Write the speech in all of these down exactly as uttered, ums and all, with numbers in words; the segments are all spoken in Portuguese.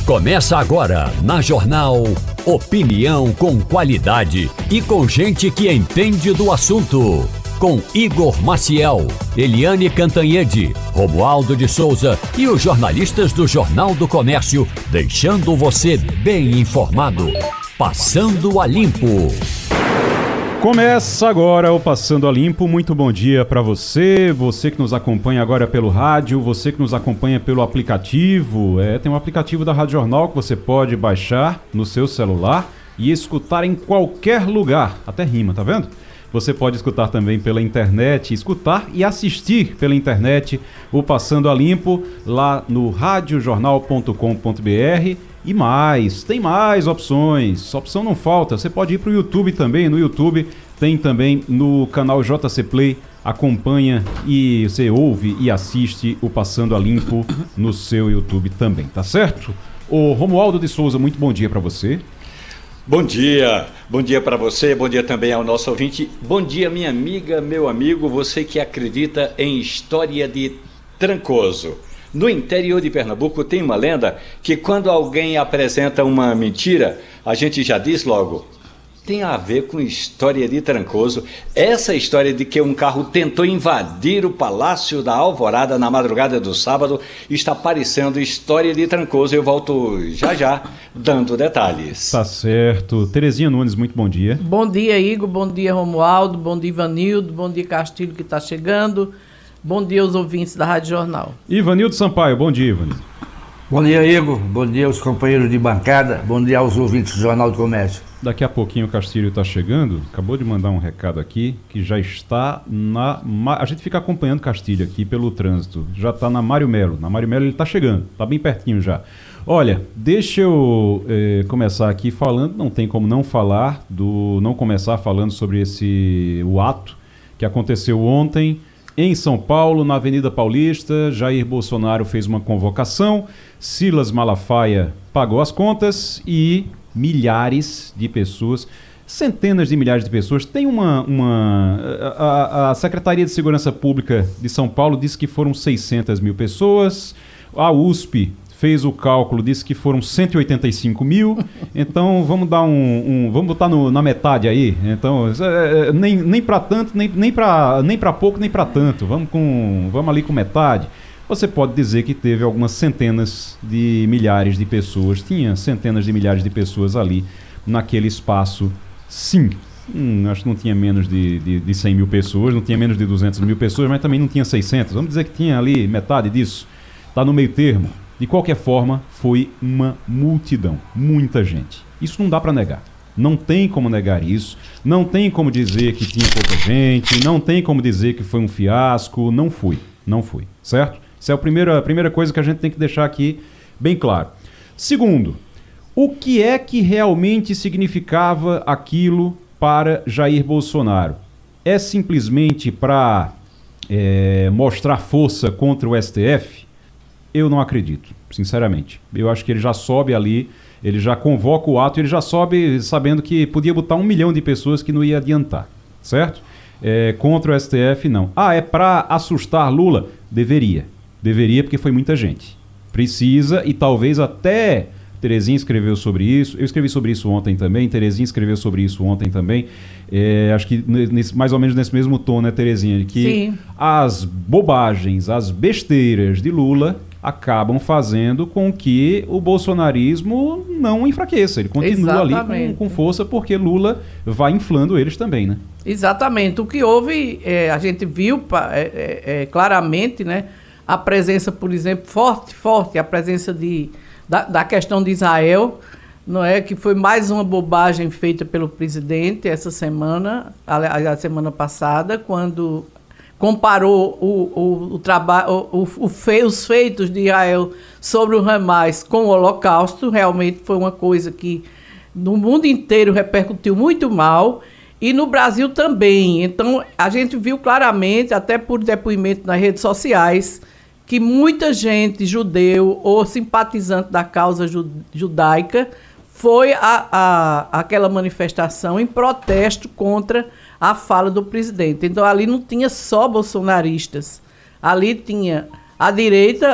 Começa agora na Jornal Opinião com qualidade e com gente que entende do assunto. Com Igor Maciel, Eliane Cantanhede, Romualdo de Souza e os jornalistas do Jornal do Comércio, deixando você bem informado. Passando a Limpo. Começa agora o Passando a Limpo. Muito bom dia para você, você que nos acompanha agora pelo rádio, você que nos acompanha pelo aplicativo. É, tem um aplicativo da Rádio Jornal que você pode baixar no seu celular e escutar em qualquer lugar. Até rima, tá vendo? Você pode escutar também pela internet, escutar e assistir pela internet o Passando a Limpo lá no rádio jornal ponto com ponto b r. E mais, tem mais opções, opção não falta, você pode ir para o YouTube também, no YouTube tem também no canal J C Play, acompanha e você ouve e assiste o Passando a Limpo no seu YouTube também, tá certo? Ô Romualdo de Souza, muito bom dia para você. Bom dia, bom dia para você, bom dia também ao nosso ouvinte, bom dia minha amiga, meu amigo, você que acredita em história de Trancoso. No interior de Pernambuco tem uma lenda que quando alguém apresenta uma mentira, a gente já diz logo, tem a ver com história de Trancoso. Essa história de que um carro tentou invadir o Palácio da Alvorada na madrugada do sábado está parecendo história de Trancoso. Eu volto já já dando detalhes. Tá certo. Terezinha Nunes, muito bom dia. Bom dia, Igor. Bom dia, Romualdo. Bom dia, Ivanildo. Bom dia, Castilho, que está chegando. Bom dia aos ouvintes da Rádio Jornal. Ivanildo Sampaio, bom dia, Ivanildo. Bom dia, Igor. Bom dia aos companheiros de bancada. Bom dia aos ouvintes do Jornal do Comércio. Daqui a pouquinho o Castilho está chegando. Acabou de mandar um recado aqui que já está na... A gente fica acompanhando Castilho aqui pelo trânsito. Já está na Mário Melo. Na Mário Melo ele está chegando. Está bem pertinho já. Olha, deixa eu eh, começar aqui falando. Não tem como não falar do... Não começar falando sobre esse... O ato que aconteceu ontem em São Paulo, na Avenida Paulista. Jair Bolsonaro fez uma convocação, Silas Malafaia pagou as contas e milhares de pessoas, centenas de milhares de pessoas. Tem uma... uma a, a Secretaria de Segurança Pública de São Paulo disse que foram seiscentas mil pessoas, a U S P fez o cálculo, disse que foram cento e oitenta e cinco mil, então vamos dar um, um vamos botar no, na metade aí, então é, nem, nem para tanto, nem, nem para nem para pouco, nem para tanto, vamos, com, vamos ali com metade. Você pode dizer que teve algumas centenas de milhares de pessoas, tinha centenas de milhares de pessoas ali naquele espaço, sim. Hum, acho que não tinha menos de, de, de cem mil pessoas, não tinha menos de duzentas mil pessoas, mas também não tinha seiscentas, vamos dizer que tinha ali metade disso, está no meio termo. De qualquer forma, foi uma multidão, muita gente. Isso não dá para negar. Não tem como negar isso, não tem como dizer que tinha pouca gente, não tem como dizer que foi um fiasco, não foi, não foi, certo? Essa é a primeira, a primeira coisa que a gente tem que deixar aqui bem claro. Segundo, o que é que realmente significava aquilo para Jair Bolsonaro? É simplesmente para é, mostrar força contra o S T F? Eu não acredito, sinceramente. Eu acho que ele já sobe ali, ele já convoca o ato, ele já sobe sabendo que podia botar um milhão de pessoas que não ia adiantar, certo? É, contra o S T F, não. Ah, é para assustar Lula? Deveria. Deveria porque foi muita gente. Precisa e talvez até... Terezinha escreveu sobre isso, eu escrevi sobre isso ontem também, Terezinha escreveu sobre isso ontem também, é, acho que nesse, mais ou menos nesse mesmo tom, né, Terezinha? Que Sim. As bobagens, as besteiras de Lula acabam fazendo com que o bolsonarismo não enfraqueça, ele continua Exatamente. ali com, com força porque Lula vai inflando eles também, né? Exatamente, o que houve, é, a gente viu é, é, é, claramente, né, a presença, por exemplo, forte, forte, a presença de... Da, da questão de Israel, não é, que foi mais uma bobagem feita pelo presidente essa semana, a, a semana passada, quando comparou o, o, o traba, o, o fe, os feitos de Israel sobre o Hamas com o Holocausto. Realmente foi uma coisa que no mundo inteiro repercutiu muito mal e no Brasil também. Então, a gente viu claramente, até por depoimento nas redes sociais, que muita gente, judeu ou simpatizante da causa judaica, foi a, a, aquela manifestação em protesto contra a fala do presidente. Então, ali não tinha só bolsonaristas. Ali tinha a direita,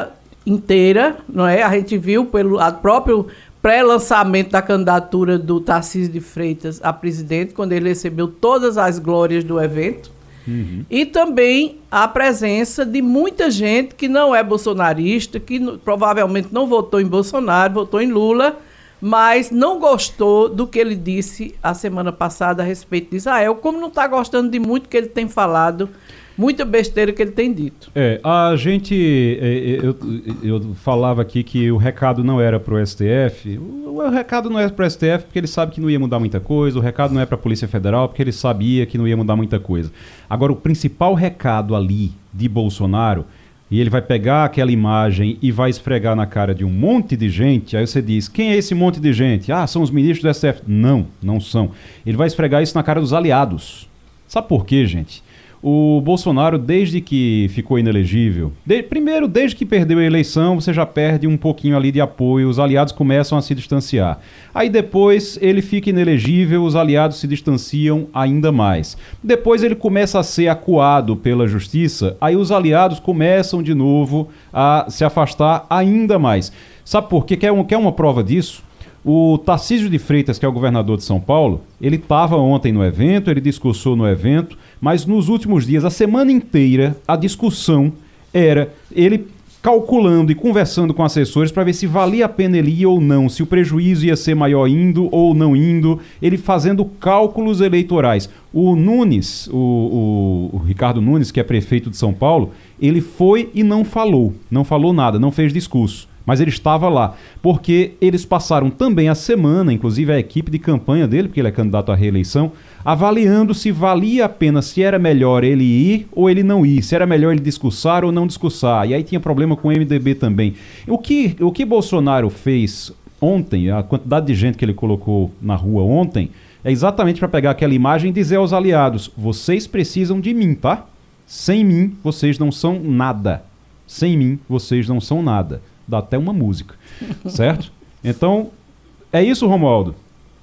inteira, não é? A gente viu pelo a próprio pré-lançamento da candidatura do Tarcísio de Freitas a presidente, quando ele recebeu todas as glórias do evento. Uhum. E também a presença de muita gente que não é bolsonarista, que no, provavelmente não votou em Bolsonaro, votou em Lula, mas não gostou do que ele disse a semana passada a respeito de Israel, como não está gostando de muito que ele tem falado, muita besteira que ele tem dito. É, a gente, eu, eu falava aqui que o recado não era para o S T F, o, o recado não é para o S T F porque ele sabe que não ia mudar muita coisa, o recado não é para a Polícia Federal porque ele sabia que não ia mudar muita coisa. Agora, o principal recado ali de Bolsonaro, e ele vai pegar aquela imagem e vai esfregar na cara de um monte de gente, aí você diz, quem é esse monte de gente? Ah, são os ministros do S T F. Não, não são. Ele vai esfregar isso na cara dos aliados. Sabe por quê, gente? O Bolsonaro, desde que ficou inelegível, de, primeiro, desde que perdeu a eleição, você já perde um pouquinho ali de apoio, os aliados começam a se distanciar. Aí depois ele fica inelegível, os aliados se distanciam ainda mais. Depois ele começa a ser acuado pela justiça, aí os aliados começam de novo a se afastar ainda mais. Sabe por quê? Quer, um, quer uma prova disso? O Tarcísio de Freitas, que é o governador de São Paulo, ele estava ontem no evento, ele discursou no evento, mas nos últimos dias, a semana inteira, a discussão era ele calculando e conversando com assessores para ver se valia a pena ele ir ou não, se o prejuízo ia ser maior indo ou não indo, ele fazendo cálculos eleitorais. O Nunes, o, o, o Ricardo Nunes, que é prefeito de São Paulo, ele foi e não falou, não falou nada, não fez discurso. Mas ele estava lá, porque eles passaram também a semana, inclusive a equipe de campanha dele, porque ele é candidato à reeleição, avaliando se valia a pena, se era melhor ele ir ou ele não ir, se era melhor ele discursar ou não discursar. E aí tinha problema com o M D B também. O que, o que Bolsonaro fez ontem, a quantidade de gente que ele colocou na rua ontem, é exatamente para pegar aquela imagem e dizer aos aliados, vocês precisam de mim, tá? Sem mim, vocês não são nada. Sem mim, vocês não são nada. Dá até uma música, certo? Então, é isso, Romualdo?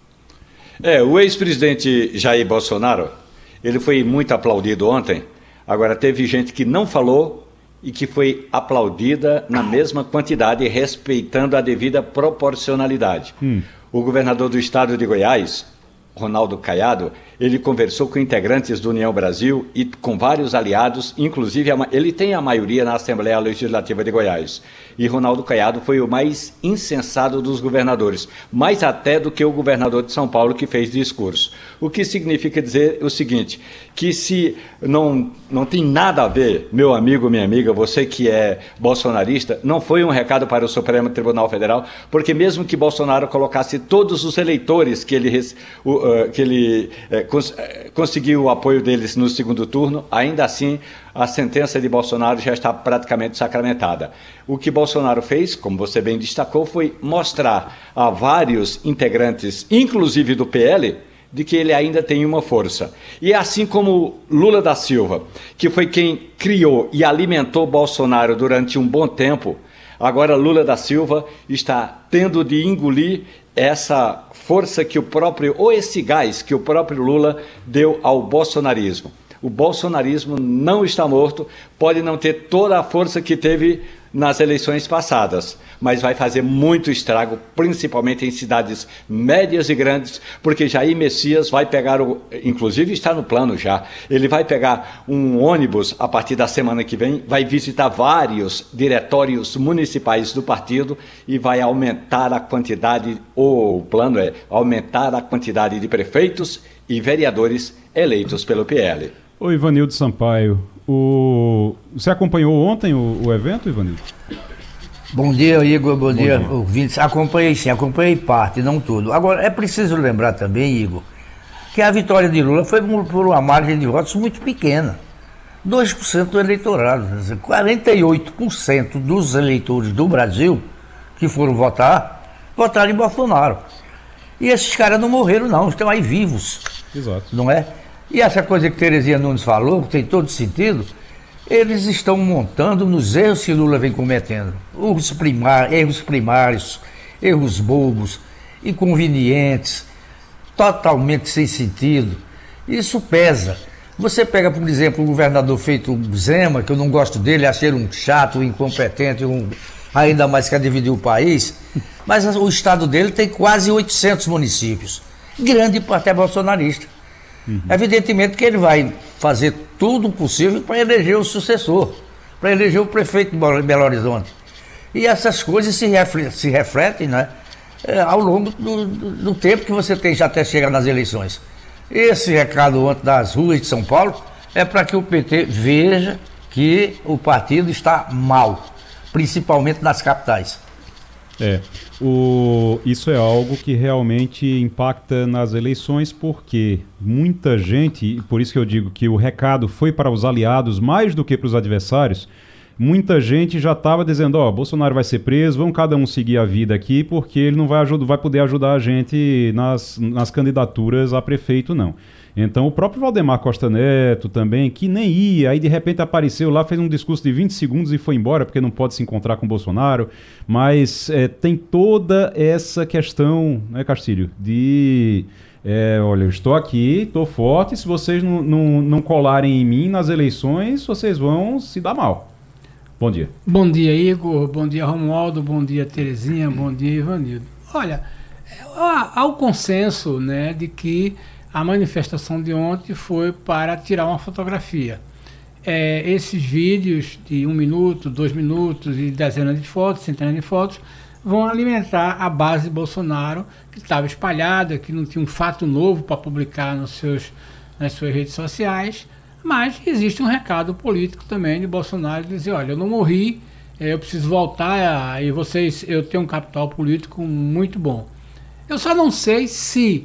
É, o ex-presidente Jair Bolsonaro, ele foi muito aplaudido ontem. Agora, teve gente que não falou e que foi aplaudida na mesma quantidade, respeitando a devida proporcionalidade. Hum. O governador do estado de Goiás, Ronaldo Caiado, ele conversou com integrantes do União Brasil e com vários aliados, inclusive ele tem a maioria na Assembleia Legislativa de Goiás. E Ronaldo Caiado foi o mais insensato dos governadores, mais até do que o governador de São Paulo que fez discurso. O que significa dizer o seguinte, que se não, não tem nada a ver, meu amigo, minha amiga, você que é bolsonarista, não foi um recado para o Supremo Tribunal Federal, porque mesmo que Bolsonaro colocasse todos os eleitores que ele, uh, que ele uh, cons conseguiu o apoio deles no segundo turno, ainda assim a sentença de Bolsonaro já está praticamente sacramentada. O que Bolsonaro fez, como você bem destacou, foi mostrar a vários integrantes, inclusive do P L, de que ele ainda tem uma força. E assim como Lula da Silva, que foi quem criou e alimentou Bolsonaro durante um bom tempo, agora Lula da Silva está tendo de engolir essa força que o próprio, ou esse gás que o próprio Lula deu ao bolsonarismo. O bolsonarismo não está morto, pode não ter toda a força que teve nas eleições passadas, mas vai fazer muito estrago, principalmente em cidades médias e grandes, porque Jair Messias vai pegar, o, inclusive está no plano já, ele vai pegar um ônibus a partir da semana que vem, vai visitar vários diretórios municipais do partido e vai aumentar a quantidade, ou o plano é aumentar a quantidade de prefeitos e vereadores eleitos pelo P L. Ô Ivanildo Sampaio, o... você acompanhou ontem o, o evento, Ivanildo? Bom dia, Igor, bom, bom dia, dia, ouvintes. Acompanhei sim, acompanhei parte, não tudo. Agora, é preciso lembrar também, Igor, que a vitória de Lula foi por uma margem de votos muito pequena. dois por cento do eleitorado, quer dizer, quarenta e oito por cento dos eleitores do Brasil que foram votar, votaram em Bolsonaro. E esses caras não morreram não, estão aí vivos. Exato. Não é? E essa coisa que Terezinha Nunes falou, que tem todo sentido, eles estão montando nos erros que Lula vem cometendo. Erros, primar, erros primários, erros bobos, inconvenientes, totalmente sem sentido. Isso pesa. Você pega, por exemplo, o governador feito Zema, que eu não gosto dele, achei um chato, um incompetente, um, ainda mais quer dividir o país, mas o estado dele tem quase oitocentos municípios. Grande parte é bolsonarista. Uhum. Evidentemente que ele vai fazer tudo o possível para eleger o sucessor, para eleger o prefeito de Belo Horizonte. E essas coisas se, refletem, se refletem, né, ao longo do, do, do tempo que você tem já até chegar nas eleições. Esse recado antes das ruas de São Paulo é para que o P T veja que o partido está mal, principalmente nas capitais. É, o, isso é algo que realmente impacta nas eleições, porque muita gente, e por isso que eu digo que o recado foi para os aliados mais do que para os adversários, muita gente já estava dizendo, ó, oh, Bolsonaro vai ser preso, vamos cada um seguir a vida aqui, porque ele não vai, ajudar, vai poder ajudar a gente nas, nas candidaturas a prefeito, não. Então o próprio Valdemar Costa Neto também, que nem ia, aí de repente apareceu lá, fez um discurso de vinte segundos e foi embora, porque não pode se encontrar com o Bolsonaro, mas é, tem toda essa questão, né, Castilho, de... É, olha, eu estou aqui, estou forte, se vocês não, não, não colarem em mim nas eleições, vocês vão se dar mal. Bom dia. Bom dia, Igor. Bom dia, Romualdo. Bom dia, Terezinha. Bom dia, Ivanildo. Olha, há, há o consenso, né, de que a manifestação de ontem foi para tirar uma fotografia. É, esses vídeos de um minuto, dois minutos e dezenas de fotos, centenas de fotos, vão alimentar a base de Bolsonaro, que estava espalhada, que não tinha um fato novo para publicar nos seus, nas suas redes sociais. Mas existe um recado político também de Bolsonaro, de dizer, olha, eu não morri, eu preciso voltar e vocês, eu tenho um capital político muito bom. Eu só não sei se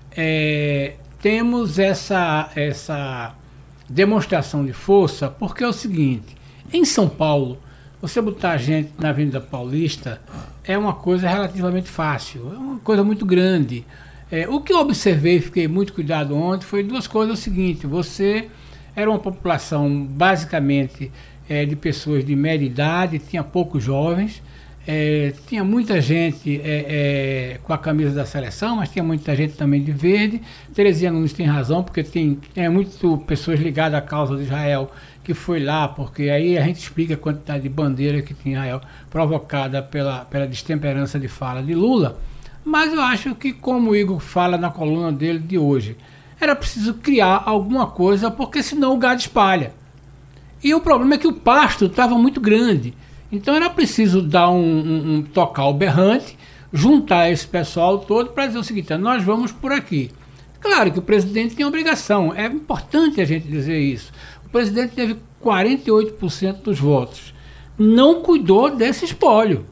é, temos essa, essa demonstração de força, porque é o seguinte, em São Paulo, você botar gente na Avenida Paulista é uma coisa relativamente fácil, é uma coisa muito grande. É, o que eu observei e fiquei muito cuidado ontem foi duas coisas. O seguinte, você... Era uma população basicamente é, de pessoas de média idade, tinha poucos jovens, é, tinha muita gente é, é, com a camisa da seleção, mas tinha muita gente também de verde. Terezinha Nunes tem razão, porque tem é, muitas pessoas ligadas à causa de Israel que foi lá, porque aí a gente explica a quantidade de bandeira que tinha Israel provocada pela, pela destemperança de fala de Lula. Mas eu acho que, como o Igor fala na coluna dele de hoje, era preciso criar alguma coisa, porque senão o gado espalha. E o problema é que o pasto estava muito grande. Então era preciso dar um, um, um tocar o berrante, juntar esse pessoal todo para dizer o seguinte, nós vamos por aqui. Claro que o presidente tem obrigação, é importante a gente dizer isso. O presidente teve quarenta e oito por cento dos votos. Não cuidou desse espólio.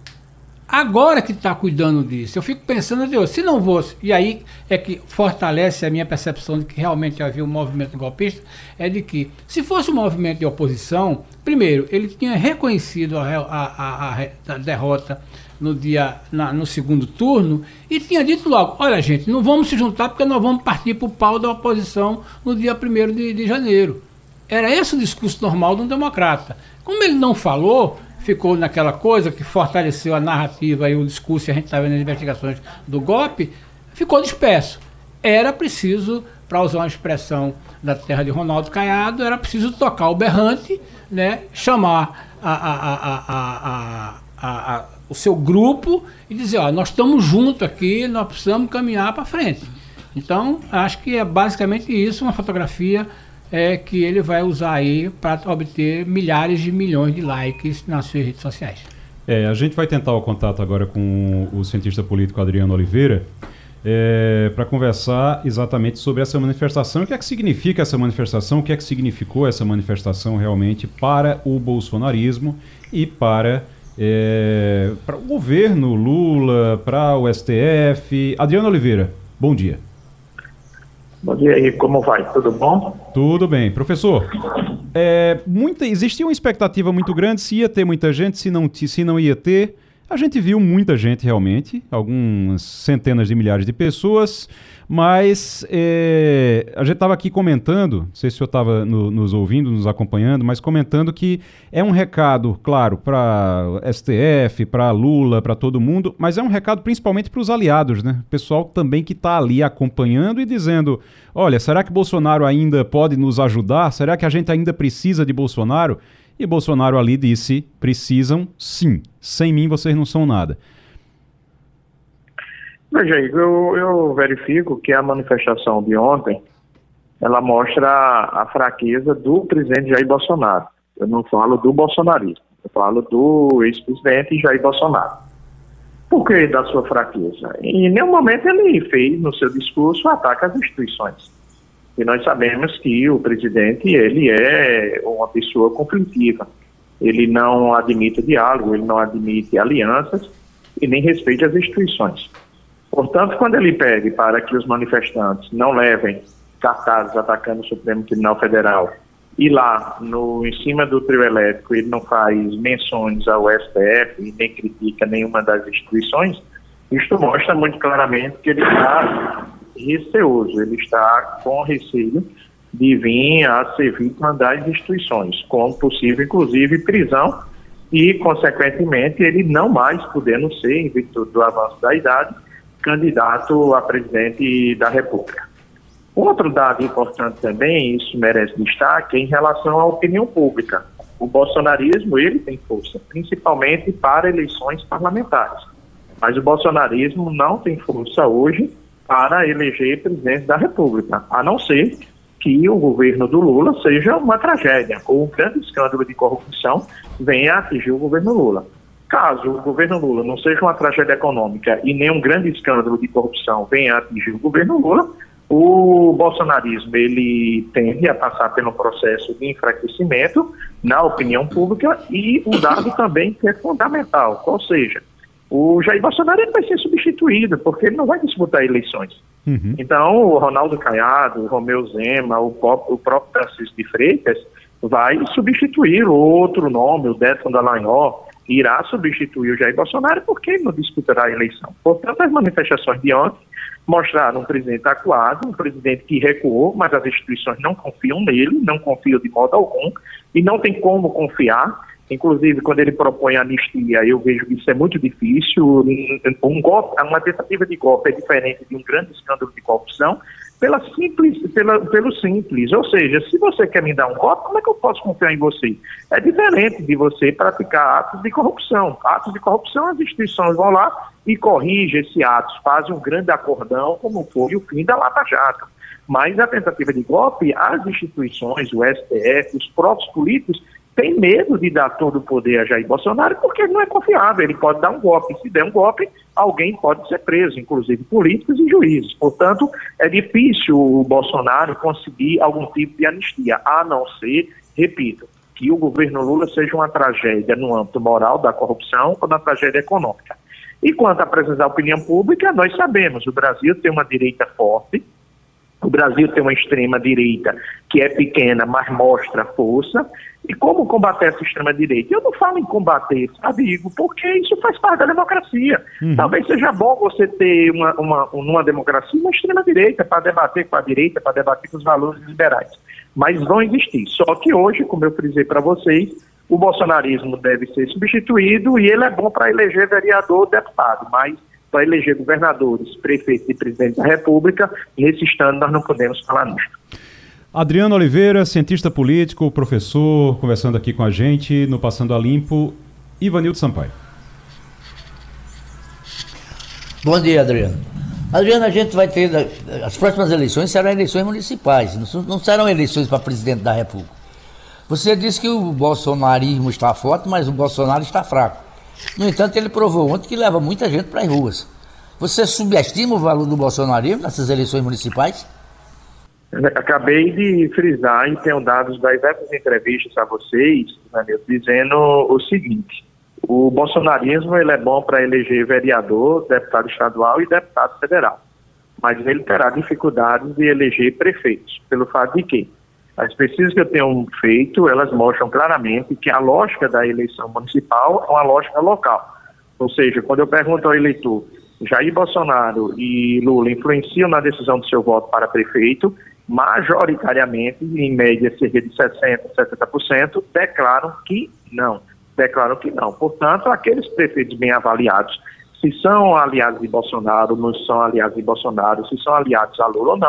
Agora que está cuidando disso, eu fico pensando, Deus, se não fosse, e aí é que fortalece a minha percepção de que realmente havia um movimento golpista, é de que, se fosse um movimento de oposição, primeiro, ele tinha reconhecido a, a, a, a derrota no, dia, na, no segundo turno e tinha dito logo, olha gente, não vamos se juntar porque nós vamos partir para o pau da oposição no dia primeiro de, de janeiro. Era esse o discurso normal de um democrata. Como ele não falou, ficou naquela coisa que fortaleceu a narrativa e o discurso, e a gente está vendo as investigações do golpe, ficou disperso. Era preciso, para usar uma expressão da terra de Ronaldo Caiado, era preciso tocar o berrante, né, chamar a, a, a, a, a, a, o seu grupo e dizer, ó, nós estamos juntos aqui, nós precisamos caminhar para frente. Então, acho que é basicamente isso, uma fotografia é, que ele vai usar aí para obter milhares de milhões de likes nas suas redes sociais. É, a gente vai tentar o contato agora com o cientista político Adriano Oliveira é, para conversar exatamente sobre essa manifestação. O que é que significa essa manifestação? O que é que significou essa manifestação realmente para o bolsonarismo e para, é, para o governo Lula, para o S T F? Adriano Oliveira, bom dia. Bom dia aí, como vai? Tudo bom? Tudo bem. Professor, é, muita, existia uma expectativa muito grande se ia ter muita gente, se não, se não ia ter. A gente viu muita gente realmente, algumas centenas de milhares de pessoas, mas é, a gente estava aqui comentando, não sei se o senhor estava no, nos ouvindo, nos acompanhando, mas comentando que é um recado, claro, para S T F, para Lula, para todo mundo, mas é um recado principalmente para os aliados, né? O pessoal também que está ali acompanhando e dizendo, olha, será que Bolsonaro ainda pode nos ajudar? Será que a gente ainda precisa de Bolsonaro? E Bolsonaro ali disse, precisam sim, sem mim vocês não são nada. Veja, eu, eu verifico que a manifestação de ontem, ela mostra a, a fraqueza do presidente Jair Bolsonaro. Eu não falo do bolsonarismo, eu falo do ex-presidente Jair Bolsonaro. Por que da sua fraqueza? Em nenhum momento ele fez no seu discurso ataque às instituições. E nós sabemos que o presidente, ele é uma pessoa conflitiva. Ele não admite diálogo, ele não admite alianças e nem respeita as instituições. Portanto, quando ele pede para que os manifestantes não levem cartazes atacando o Supremo Tribunal Federal e lá, no, em cima do trio elétrico, ele não faz menções ao S T F e nem critica nenhuma das instituições, isto mostra muito claramente que ele está receoso, ele está com receio de vir a ser vítima das instituições, com possível, inclusive, prisão e, consequentemente, ele não mais podendo ser, em virtude do avanço da idade, candidato a presidente da República. Outro dado importante também, isso merece destaque, é em relação à opinião pública. O bolsonarismo, ele tem força, principalmente para eleições parlamentares. Mas o bolsonarismo não tem força hoje para eleger presidente da República, a não ser que o governo do Lula seja uma tragédia, ou um grande escândalo de corrupção venha a atingir o governo Lula. Caso o governo Lula não seja uma tragédia econômica e nem um grande escândalo de corrupção venha a atingir o governo Lula, o bolsonarismo ele tende a passar pelo processo de enfraquecimento na opinião pública e um dado também que é fundamental, ou seja, o Jair Bolsonaro ele vai ser substituído, porque ele não vai disputar eleições. Uhum. Então, o Ronaldo Caiado, o Romeu Zema, o próprio, o próprio Tarcísio de Freitas vai substituir o outro nome, o Décio Dallagnol, irá substituir o Jair Bolsonaro porque ele não disputará a eleição. Portanto, as manifestações de ontem mostraram um presidente acuado, um presidente que recuou, mas as instituições não confiam nele, não confiam de modo algum, e não tem como confiar. Inclusive, quando ele propõe anistia, eu vejo que isso é muito difícil. Um golpe, uma tentativa de golpe é diferente de um grande escândalo de corrupção, pela simples, pela, pelo simples. Ou seja, se você quer me dar um golpe, como é que eu posso confiar em você? É diferente de você praticar atos de corrupção. Atos de corrupção, as instituições vão lá e corrigem esse ato, fazem um grande acordão, como foi o fim da Lava Jato. Mas a tentativa de golpe, as instituições, o S T F, os próprios políticos, tem medo de dar todo o poder a Jair Bolsonaro porque ele não é confiável, ele pode dar um golpe. Se der um golpe, alguém pode ser preso, inclusive políticos e juízes. Portanto, é difícil o Bolsonaro conseguir algum tipo de anistia, a não ser, repito, que o governo Lula seja uma tragédia no âmbito moral da corrupção ou na tragédia econômica. E quanto à presença da opinião pública, nós sabemos, o Brasil tem uma direita forte, o Brasil tem uma extrema-direita que é pequena, mas mostra força. E como combater essa extrema-direita? Eu não falo em combater, sabe, Igor, porque isso faz parte da democracia. Uhum. Talvez seja bom você ter uma, uma, uma democracia, uma extrema-direita, para debater com a direita, para debater com os valores liberais. Mas vão existir. Só que hoje, como eu frisei para vocês, o bolsonarismo deve ser substituído e ele é bom para eleger vereador, deputado, mas para eleger governadores, prefeitos e presidente da República, nesse instante nós não podemos falar nisso. Adriano Oliveira, cientista político, professor, conversando aqui com a gente no Passando a Limpo. Ivanildo Sampaio. Bom dia, Adriano. Adriano, a gente vai ter, as próximas eleições serão eleições municipais, não serão eleições para presidente da República. Você disse que o bolsonarismo está forte, mas o Bolsonaro está fraco. No entanto, ele provou ontem que leva muita gente para as ruas. Você subestima o valor do bolsonarismo nessas eleições municipais? Acabei de frisar e tenho dados das diversas entrevistas a vocês, Danilo, dizendo o seguinte: o bolsonarismo ele é bom para eleger vereador, deputado estadual e deputado federal, mas ele terá dificuldades de eleger prefeitos, pelo fato de que as pesquisas que eu tenho feito, elas mostram claramente que a lógica da eleição municipal é uma lógica local. Ou seja, quando eu pergunto ao eleitor, Jair Bolsonaro e Lula influenciam na decisão do seu voto para prefeito, majoritariamente, em média cerca de sessenta por cento, setenta por cento, declaram que não. Declaram que não. Portanto, aqueles prefeitos bem avaliados, se são aliados de Bolsonaro, não são aliados de Bolsonaro, se são aliados a Lula ou não,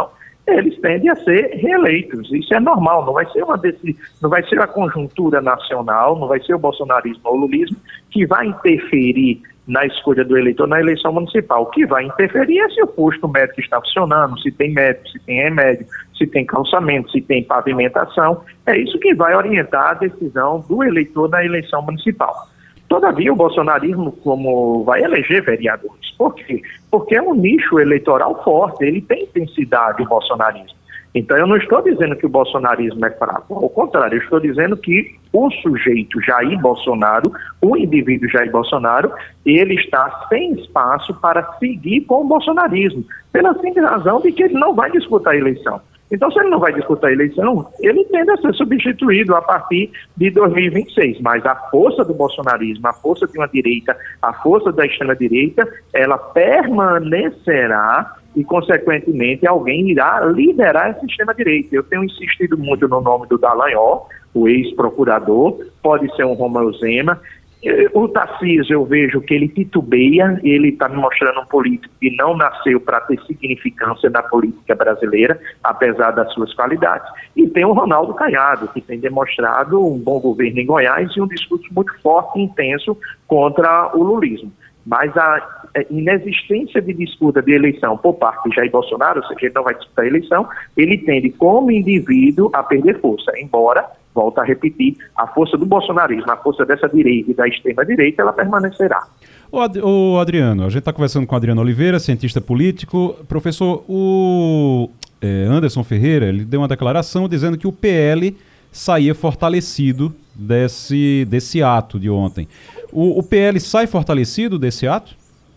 eles tendem a ser reeleitos. Isso é normal, não vai ser uma desse, não vai ser a conjuntura nacional, não vai ser o bolsonarismo ou o lulismo que vai interferir na escolha do eleitor na eleição municipal. O que vai interferir é se o posto médico está funcionando, se tem médico, se tem remédio, se tem calçamento, se tem pavimentação. É isso que vai orientar a decisão do eleitor na eleição municipal. Todavia, o bolsonarismo, como vai eleger vereadores. Por quê? Porque é um nicho eleitoral forte, ele tem intensidade, o bolsonarismo. Então, eu não estou dizendo que o bolsonarismo é fraco, ao contrário, eu estou dizendo que o sujeito Jair Bolsonaro, o indivíduo Jair Bolsonaro, ele está sem espaço para seguir com o bolsonarismo, pela simples razão de que ele não vai disputar a eleição. Então, se ele não vai disputar a eleição, ele tende a ser substituído a partir de dois mil e vinte e seis. Mas a força do bolsonarismo, a força de uma direita, a força da extrema-direita, ela permanecerá e, consequentemente, alguém irá liderar essa extrema-direita. Eu tenho insistido muito no nome do Dallagnol, o ex-procurador, pode ser um Romeu Zema. O Tarcísio, eu vejo que ele titubeia, ele está me mostrando um político que não nasceu para ter significância na política brasileira, apesar das suas qualidades. E tem o Ronaldo Caiado, que tem demonstrado um bom governo em Goiás e um discurso muito forte e intenso contra o lulismo. Mas a inexistência de disputa de eleição por parte de Jair Bolsonaro, ou seja, ele não vai disputar a eleição, ele tende, como indivíduo, a perder força, embora, volto a repetir, a força do bolsonarismo, a força dessa direita e da extrema-direita, ela permanecerá. Ô, Ad- ô Adriano, a gente está conversando com o Adriano Oliveira, cientista político. Professor, o é, Anderson Ferreira, ele deu uma declaração dizendo que o P L saía fortalecido desse, desse ato de ontem. O, o P L sai fortalecido desse ato?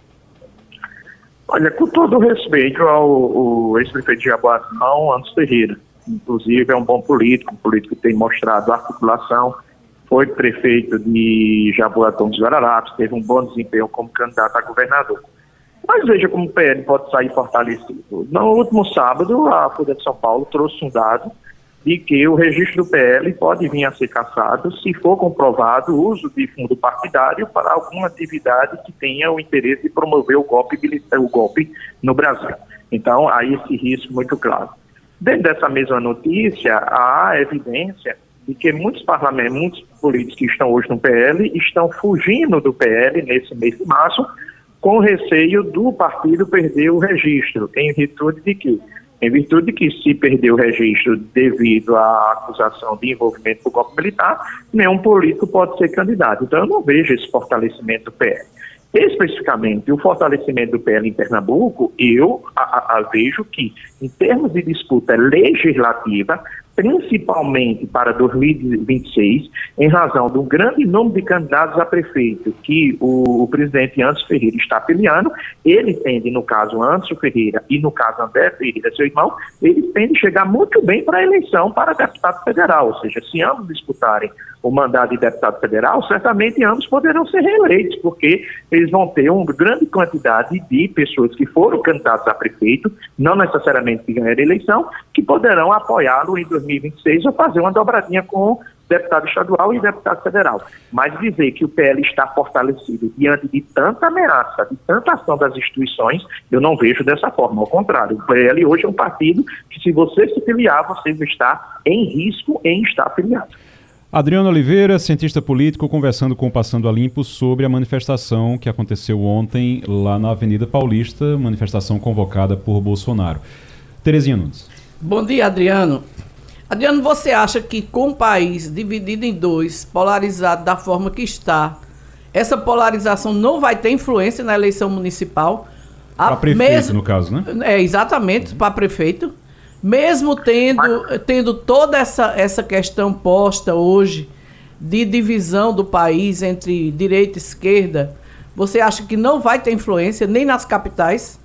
Olha, com todo respeito ao, ao ex-prefeito de Jaboatão, Anderson Ferreira, inclusive é um bom político, um político que tem mostrado articulação, foi prefeito de Jaboatão dos Guararapes, teve um bom desempenho como candidato a governador. Mas veja como o P L pode sair fortalecido. No último sábado, a Folha de São Paulo trouxe um dado de que o registro do P L pode vir a ser cassado se for comprovado o uso de fundo partidário para alguma atividade que tenha o interesse de promover o golpe, o golpe no Brasil. Então, há esse risco muito claro. Dentro dessa mesma notícia, há evidência de que muitos parlamentos, muitos políticos que estão hoje no P L estão fugindo do P L nesse mês de março com receio do partido perder o registro, em virtude de quê? Em virtude de que se perder o registro devido à acusação de envolvimento com o golpe militar, nenhum político pode ser candidato. Então eu não vejo esse fortalecimento do P L. Especificamente, o fortalecimento do P L em Pernambuco, eu a, a, a vejo que, em termos de disputa legislativa, principalmente para dois mil e vinte e seis, em razão do grande número de candidatos a prefeito que o, o presidente Anderson Ferreira está peleando, ele tende, no caso Anderson Ferreira e no caso André Ferreira, seu irmão, eles tendem a chegar muito bem para a eleição para deputado federal, ou seja, se ambos disputarem o mandato de deputado federal, certamente ambos poderão ser reeleitos, porque eles vão ter uma grande quantidade de pessoas que foram candidatos a prefeito, não necessariamente que ganharam a eleição, que poderão apoiá-lo em dois mil e vinte e seis ou fazer uma dobradinha com deputado estadual e deputado federal. Mas dizer que o P L está fortalecido diante de tanta ameaça, de tanta ação das instituições, eu não vejo dessa forma. Ao contrário, o P L hoje é um partido que, se você se filiar, você está em risco em estar afiliado. Adriano Oliveira, cientista político, conversando com o Passando a Limpo sobre a manifestação que aconteceu ontem lá na Avenida Paulista, manifestação convocada por Bolsonaro. Terezinha Nunes. Bom dia, Adriano. Adriano, você acha que com o país dividido em dois, polarizado da forma que está, essa polarização não vai ter influência na eleição municipal? Para prefeito, mesmo, no caso, né? É, exatamente, para prefeito. Mesmo tendo, tendo toda essa, essa questão posta hoje de divisão do país entre direita e esquerda, você acha que não vai ter influência nem nas capitais?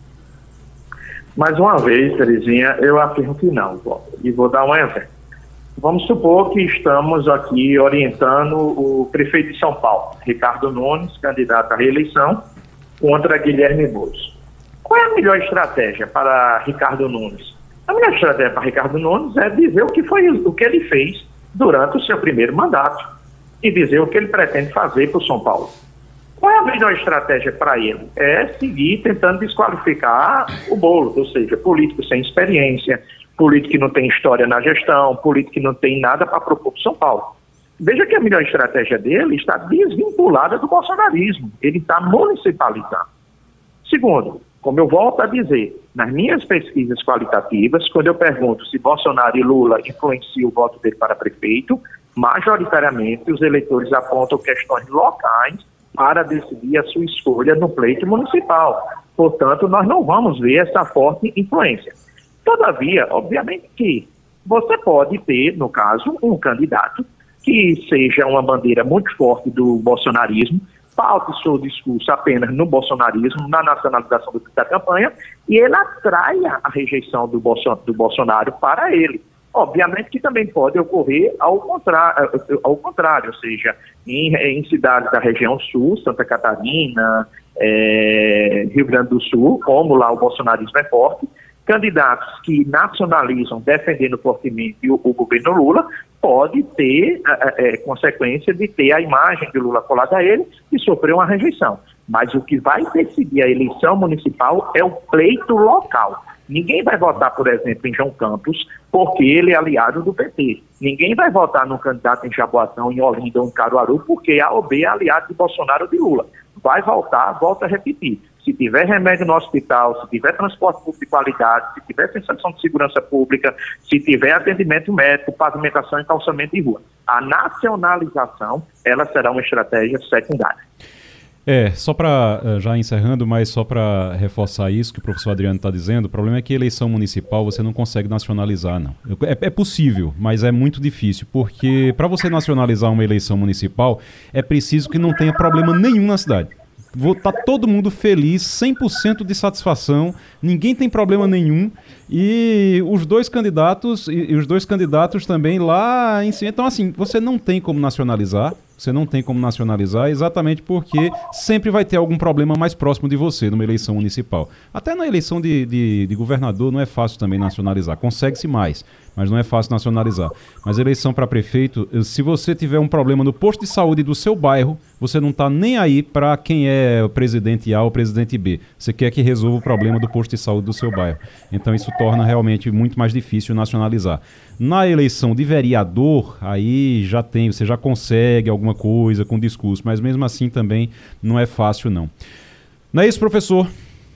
Mais uma vez, Terezinha, eu afirmo que não. E vou dar um exemplo. Vamos supor que estamos aqui orientando o prefeito de São Paulo, Ricardo Nunes, candidato à reeleição, contra Guilherme Boulos. Qual é a melhor estratégia para Ricardo Nunes? A melhor estratégia para Ricardo Nunes é dizer o que foi o que ele fez durante o seu primeiro mandato e dizer o que ele pretende fazer para o São Paulo. Qual é a melhor estratégia para ele? É seguir tentando desqualificar o Boulos, ou seja, político sem experiência, político que não tem história na gestão, político que não tem nada para propor para São Paulo. Veja que a melhor estratégia dele está desvinculada do bolsonarismo. Ele está municipalizando. Segundo, como eu volto a dizer, nas minhas pesquisas qualitativas, quando eu pergunto se Bolsonaro e Lula influenciam o voto dele para prefeito, majoritariamente os eleitores apontam questões locais para decidir a sua escolha no pleito municipal. Portanto, nós não vamos ver essa forte influência. Todavia, obviamente que você pode ter, no caso, um candidato que seja uma bandeira muito forte do bolsonarismo, paute seu discurso apenas no bolsonarismo, na nacionalização do, da campanha, e ele atraia a rejeição do, Bolso, do Bolsonaro para ele. Obviamente que também pode ocorrer ao contrário, ao contrário ou seja, em, em cidades da região sul, Santa Catarina, é, Rio Grande do Sul, como lá o bolsonarismo é forte, candidatos que nacionalizam, defendendo fortemente o, o governo Lula, pode ter é, é, consequência de ter a imagem de Lula colada a ele e sofrer uma rejeição. Mas o que vai decidir a eleição municipal é o pleito local. Ninguém vai votar, por exemplo, em João Campos, porque ele é aliado do P T. Ninguém vai votar num candidato em Jaboatão, em Olinda ou em Caruaru, porque A ou B é aliado de Bolsonaro ou de Lula. Vai voltar, volta a repetir. Se tiver remédio no hospital, se tiver transporte público de qualidade, se tiver sensação de segurança pública, se tiver atendimento médico, pavimentação e calçamento de rua. A nacionalização, ela será uma estratégia secundária. É, só para, já encerrando, mas só para reforçar isso que o professor Adriano está dizendo, o problema é que eleição municipal você não consegue nacionalizar, não. É, é possível, mas é muito difícil, porque para você nacionalizar uma eleição municipal, é preciso que não tenha problema nenhum na cidade. Vou estar tá todo mundo feliz, cem por cento de satisfação, ninguém tem problema nenhum, e os dois candidatos, e, e os dois candidatos também lá em cima. Então, assim, você não tem como nacionalizar, você não tem como nacionalizar exatamente porque sempre vai ter algum problema mais próximo de você numa eleição municipal. Até na eleição de, de, de governador não é fácil também nacionalizar, consegue-se mais, mas não é fácil nacionalizar. Mas eleição para prefeito, se você tiver um problema no posto de saúde do seu bairro, você não está nem aí para quem é o presidente A ou o presidente B. Você quer que resolva o problema do posto de saúde do seu bairro. Então isso torna realmente muito mais difícil nacionalizar. Na eleição de vereador, aí já tem, você já consegue alguma coisa com discurso, mas mesmo assim também não é fácil, não. Não é isso, professor?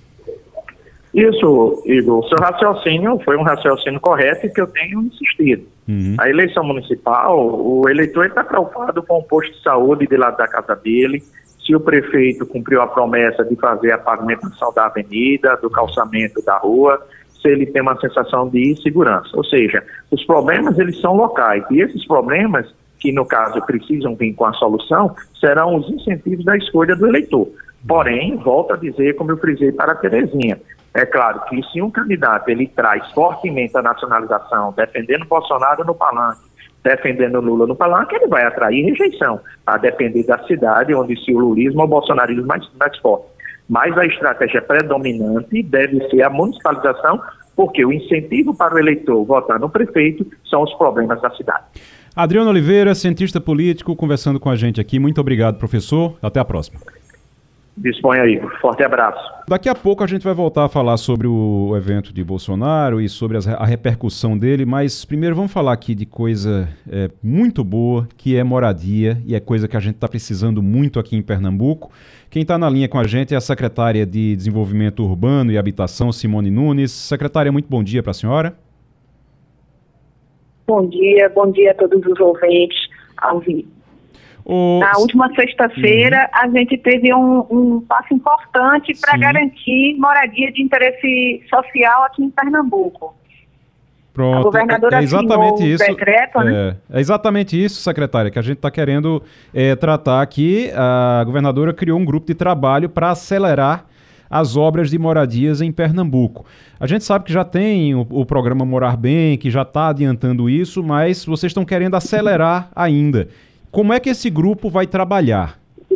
Isso, Igor. O seu raciocínio foi um raciocínio correto e que eu tenho insistido. Uhum. A eleição municipal, o eleitor está preocupado com o posto de saúde de lado da casa dele, se o prefeito cumpriu a promessa de fazer a pavimentação da avenida, do calçamento da rua, se ele tem uma sensação de segurança. Ou seja, os problemas eles são locais e esses problemas, que no caso precisam vir com a solução, serão os incentivos da escolha do eleitor. Porém, volto a dizer, como eu frisei para a Terezinha, é claro que se um candidato ele traz fortemente a nacionalização, defendendo Bolsonaro no palanque, defendendo Lula no palanque, ele vai atrair rejeição, a depender da cidade onde se o lulismo ou o bolsonarismo mais, mais forte. Mas a estratégia predominante deve ser a municipalização, porque o incentivo para o eleitor votar no prefeito são os problemas da cidade. Adriano Oliveira, cientista político, conversando com a gente aqui. Muito obrigado, professor. Até a próxima. Disponha aí. Forte abraço. Daqui a pouco a gente vai voltar a falar sobre o evento de Bolsonaro e sobre a repercussão dele, mas primeiro vamos falar aqui de coisa é, muito boa, que é moradia, e é coisa que a gente está precisando muito aqui em Pernambuco. Quem está na linha com a gente é a secretária de Desenvolvimento Urbano e Habitação, Simone Nunes. Secretária, muito bom dia para a senhora. Bom dia, bom dia a todos os ouvintes ao vivo. O... Na última sexta-feira, uhum. a gente teve um, um passo importante para garantir moradia de interesse social aqui em Pernambuco. Pronto, a governadora é, é exatamente isso, isso. Decreto, é, né? é exatamente isso, secretária, que a gente está querendo é, tratar aqui. A governadora criou um grupo de trabalho para acelerar as obras de moradias em Pernambuco. A gente sabe que já tem o, o programa Morar Bem, que já está adiantando isso, mas vocês estão querendo acelerar ainda. Como é que esse grupo vai trabalhar?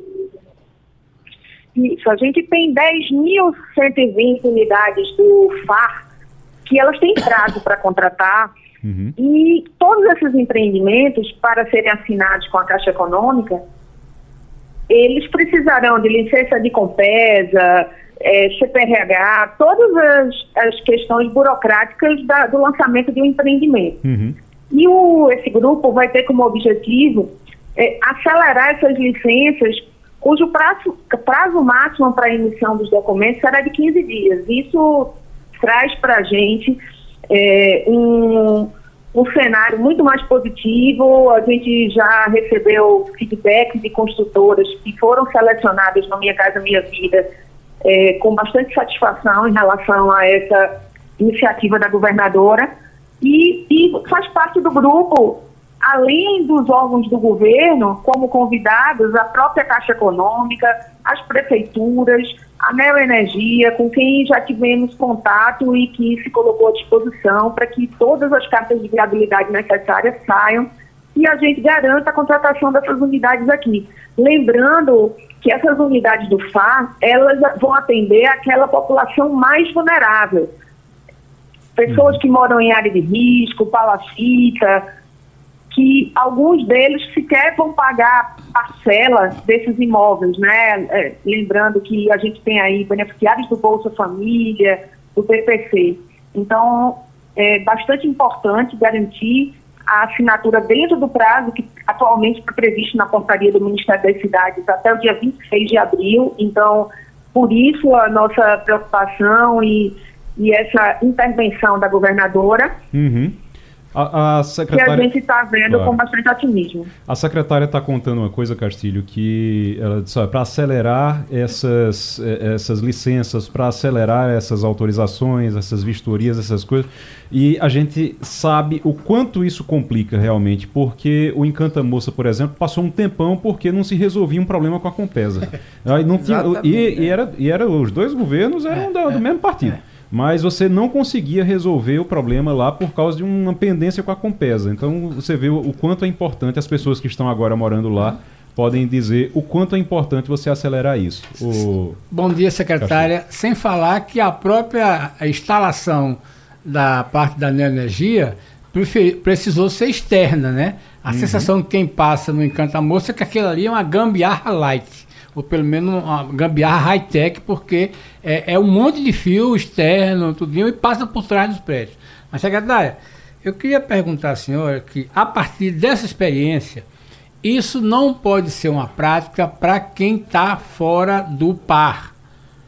Isso, a gente tem dez mil cento e vinte unidades do F A R que elas têm prazo para contratar, uhum. e todos esses empreendimentos, para serem assinados com a Caixa Econômica, eles precisarão de licença de Compesa, é, C P R H, todas as, as questões burocráticas da, do lançamento de um empreendimento. Uhum. E o, esse grupo vai ter como objetivo é, acelerar essas licenças, cujo prazo, prazo máximo para a emissão dos documentos será de quinze dias. Isso traz para a gente é, um, um cenário muito mais positivo. A gente já recebeu feedback de construtoras que foram selecionadas no Minha Casa Minha Vida é, com bastante satisfação em relação a essa iniciativa da governadora. E, e faz parte do grupo, além dos órgãos do governo, como convidados, a própria Caixa Econômica, as prefeituras, a Neoenergia, com quem já tivemos contato e que se colocou à disposição para que todas as cartas de viabilidade necessárias saiam e a gente garanta a contratação dessas unidades aqui. Lembrando que essas unidades do F A R, elas vão atender aquela população mais vulnerável. Pessoas que moram em área de risco, palafita, que alguns deles sequer vão pagar parcela desses imóveis, né? É, lembrando que a gente tem aí beneficiários do Bolsa Família, do P P C. Então, é bastante importante garantir a assinatura dentro do prazo que atualmente está previsto na portaria do Ministério das Cidades até o dia vinte e seis de abril. Então, por isso a nossa preocupação e e essa intervenção da governadora, uhum. a, a secretária... que a gente está vendo claro. com bastante otimismo. A secretária está contando uma coisa, Castilho, que ela disse, para acelerar essas, essas licenças, para acelerar essas autorizações, essas vistorias, essas coisas, e a gente sabe o quanto isso complica realmente, porque o Encanta Moça, por exemplo, passou um tempão porque não se resolvia um problema com a Compesa. Aí não tinha, e, e, era, e era, os dois governos eram é, do, do mesmo partido. É. Mas você não conseguia resolver o problema lá por causa de uma pendência com a Compesa. Então você vê o, o quanto é importante, as pessoas que estão agora morando lá podem dizer o quanto é importante você acelerar isso. O... Bom dia, secretária. Castilho. Sem falar que a própria instalação da parte da Neoenergia precisou ser externa, né? A uhum. sensação de quem passa no Encanta Moça é que aquilo ali é uma gambiarra light, ou pelo menos uma gambiarra high-tech, porque é, é um monte de fio externo, tudinho, e passa por trás dos prédios. Mas, secretária, eu queria perguntar à senhora que, a partir dessa experiência, isso não pode ser uma prática para quem está fora do par.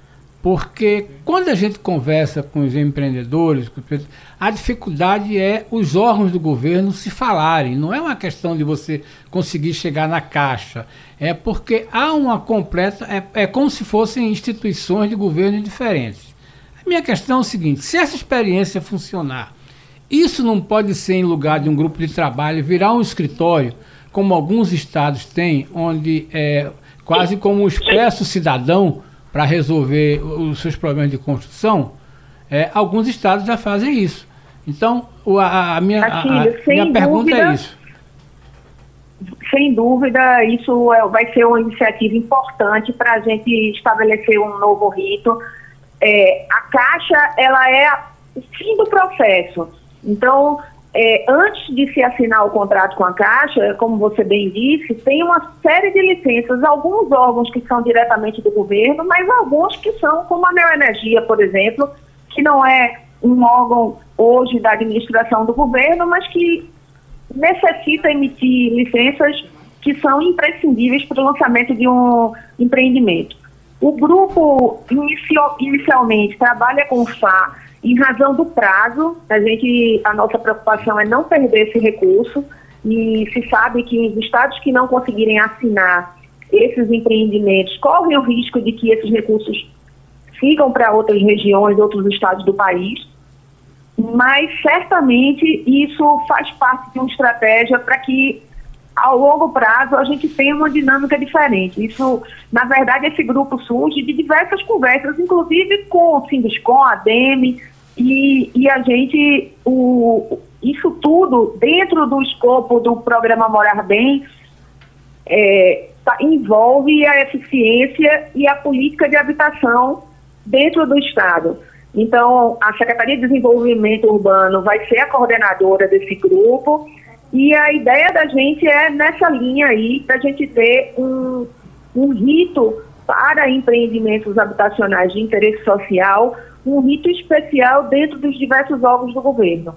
Porque quando a gente conversa com os empreendedores, a dificuldade é os órgãos do governo se falarem. Não é uma questão de você conseguir chegar na caixa. É porque há uma completa... É, é como se fossem instituições de governo diferentes. A minha questão é o seguinte: se essa experiência funcionar, isso não pode ser em lugar de um grupo de trabalho, virar um escritório, como alguns estados têm, onde é quase como um expresso cidadão para resolver os seus problemas de construção. É, alguns estados já fazem isso. Então, a, a minha, a, a minha pergunta é isso. Sem dúvida, isso é, vai ser uma iniciativa importante para a gente estabelecer um novo rito. É, a Caixa, ela é o fim do processo. Então, é, antes de se assinar o contrato com a Caixa, como você bem disse, tem uma série de licenças, alguns órgãos que são diretamente do governo, mas alguns que são, como a Neoenergia, por exemplo, que não é um órgão hoje da administração do governo, mas que necessita emitir licenças que são imprescindíveis para o lançamento de um empreendimento. O grupo inicio, inicialmente trabalha com o F A em razão do prazo. A gente, a nossa preocupação é não perder esse recurso, e se sabe que os estados que não conseguirem assinar esses empreendimentos correm o risco de que esses recursos sigam para outras regiões, outros estados do país. Mas certamente isso faz parte de uma estratégia para que ao longo prazo a gente tenha uma dinâmica diferente. Isso, na verdade, esse grupo surge de diversas conversas, inclusive com o Sinduscom, a ADEME, e, e a gente, o, isso tudo dentro do escopo do programa Morar Bem, é, tá, envolve a eficiência e a política de habitação dentro do Estado. Então, a Secretaria de Desenvolvimento Urbano vai ser a coordenadora desse grupo, e a ideia da gente é nessa linha aí, da gente ter um, um rito para empreendimentos habitacionais de interesse social, um rito especial dentro dos diversos órgãos do governo.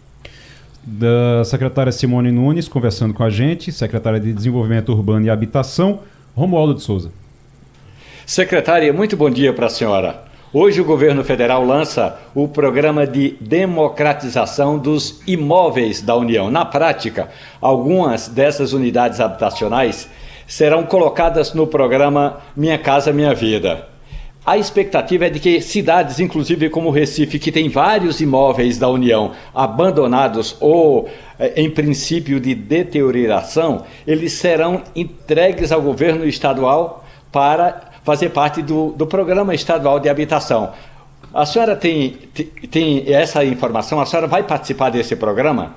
Da secretária Simone Nunes, conversando com a gente, secretária de Desenvolvimento Urbano e Habitação, Romualdo de Souza. Secretária, muito bom dia para a senhora. Hoje o governo federal lança o programa de democratização dos imóveis da União. Na prática, algumas dessas unidades habitacionais serão colocadas no programa Minha Casa Minha Vida. A expectativa é de que cidades, inclusive como Recife, que tem vários imóveis da União abandonados ou em princípio de deterioração, eles serão entregues ao governo estadual para fazer parte do, do Programa Estadual de Habitação. A senhora tem, tem essa informação? A senhora vai participar desse programa?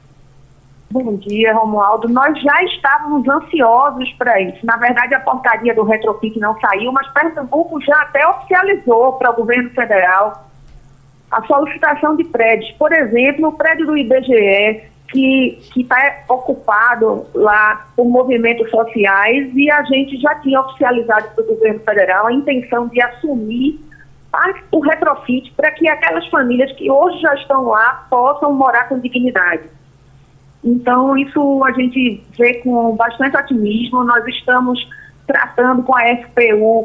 Bom dia, Romualdo. Nós já estávamos ansiosos para isso. Na verdade, a portaria do Retrofit não saiu, mas Pernambuco já até oficializou para o governo federal a solicitação de prédios. Por exemplo, o prédio do I B G E, que está ocupado lá por movimentos sociais, e a gente já tinha oficializado para o governo federal a intenção de assumir o retrofit para que aquelas famílias que hoje já estão lá possam morar com dignidade. Então, isso a gente vê com bastante otimismo. Nós estamos tratando com a F P U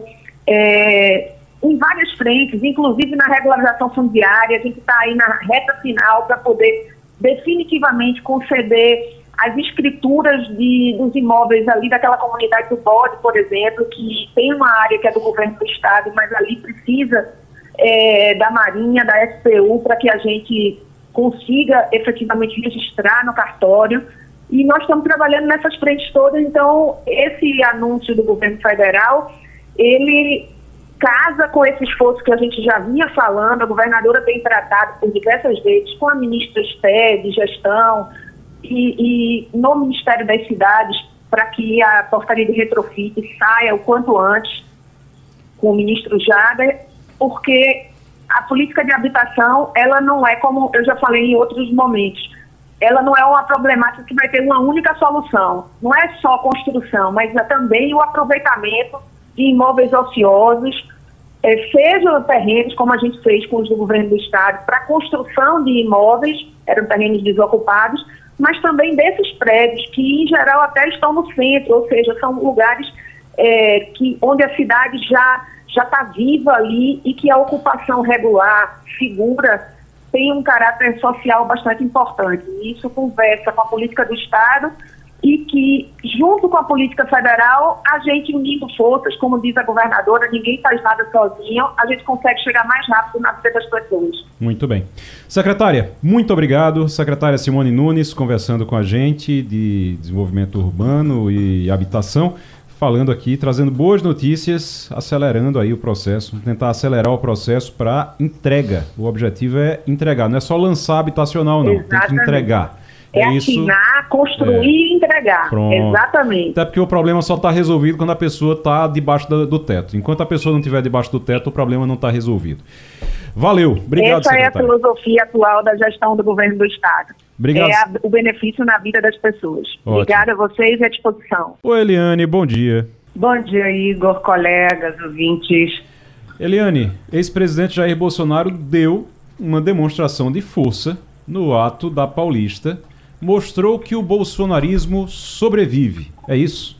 é, em várias frentes, inclusive na regularização fundiária. A gente está aí na reta final para poder definitivamente conceder as escrituras de, dos imóveis ali daquela comunidade do Bode, por exemplo, que tem uma área que é do governo do estado, mas ali precisa é, da Marinha, da S P U, para que a gente consiga efetivamente registrar no cartório. E nós estamos trabalhando nessas frentes todas. Então, esse anúncio do governo federal, ele casa com esse esforço que a gente já vinha falando. A governadora tem tratado por diversas vezes com a ministra Esté de Gestão e, e no Ministério das Cidades, para que a portaria de retrofit saia o quanto antes, com o ministro Jader, porque a política de habitação, ela não é, como eu já falei em outros momentos, ela não é uma problemática que vai ter uma única solução. Não é só construção, mas é também o aproveitamento de imóveis ociosos, é, seja terrenos, como a gente fez com os do governo do estado, para construção de imóveis, eram terrenos desocupados, mas também desses prédios, que em geral até estão no centro, ou seja, são lugares é, que, onde a cidade já já está viva ali e que a ocupação regular, segura, tem um caráter social bastante importante. E isso conversa com a política do estado e que, junto com a política federal, a gente unindo forças, como diz a governadora, ninguém faz nada sozinho, a gente consegue chegar mais rápido na vida das pessoas. Muito bem. Secretária, muito obrigado. Secretária Simone Nunes, conversando com a gente de Desenvolvimento Urbano e Habitação, falando aqui, trazendo boas notícias, acelerando aí o processo, tentar acelerar o processo para entrega. O objetivo é entregar, não é só lançar habitacional, não, Exatamente. Tem que entregar. É, é assinar, isso, construir é, e entregar. Pronto. Exatamente. Até porque o problema só está resolvido quando a pessoa está debaixo do, do teto. Enquanto a pessoa não estiver debaixo do teto, o problema não está resolvido. Valeu, obrigado, Essa secretário. é a filosofia atual da gestão do governo do estado. Obrigado. É a, o benefício na vida das pessoas. Ótimo. Obrigada a vocês e à disposição. Oi, Eliane, bom dia. Bom dia, Igor, colegas, ouvintes. Eliane, ex-presidente Jair Bolsonaro deu uma demonstração de força no ato da Paulista, mostrou que o bolsonarismo sobrevive, é isso?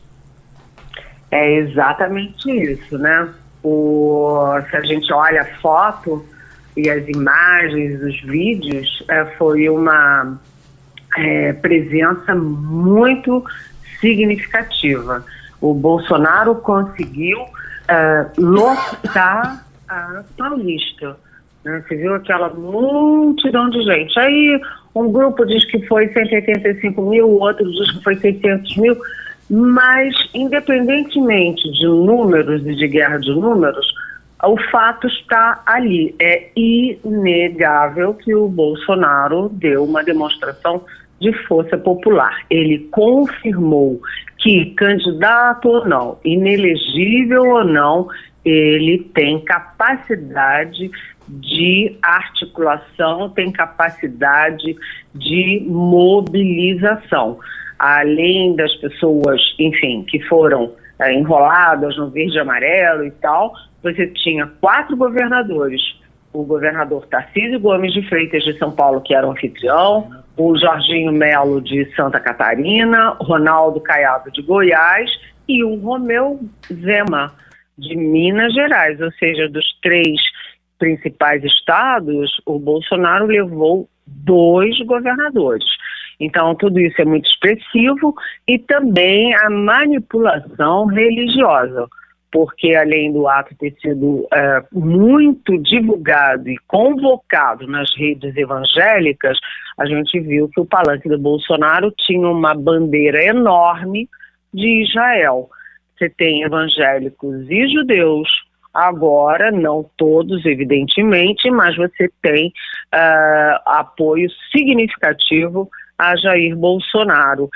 É exatamente isso, né? O, se a gente olha a foto e as imagens, os vídeos, é, foi uma é, presença muito significativa. O Bolsonaro conseguiu uh, lotar a Paulista. Né? Você viu aquela multidão de gente. Aí um grupo diz que foi cento e oitenta e cinco mil, o outro diz que foi seiscentos mil. Mas, independentemente de números e de guerra de números, o fato está ali. É inegável que o Bolsonaro deu uma demonstração de força popular. Ele confirmou que, candidato ou não, inelegível ou não, ele tem capacidade de articulação, tem capacidade de mobilização. Além das pessoas, enfim, que foram é, enroladas no verde e amarelo e tal, você tinha quatro governadores. O governador Tarcísio Gomes de Freitas de São Paulo, que era o anfitrião, o Jorginho Melo de Santa Catarina, Ronaldo Caiado de Goiás e o Romeu Zema de Minas Gerais. Ou seja, dos três principais estados, o Bolsonaro levou dois governadores. Então, tudo isso é muito expressivo, e também a manipulação religiosa, porque além do ato ter sido é, muito divulgado e convocado nas redes evangélicas, a gente viu que o palanque do Bolsonaro tinha uma bandeira enorme de Israel. Você tem evangélicos e judeus, agora, não todos, evidentemente, mas você tem uh, apoio significativo a Jair Bolsonaro.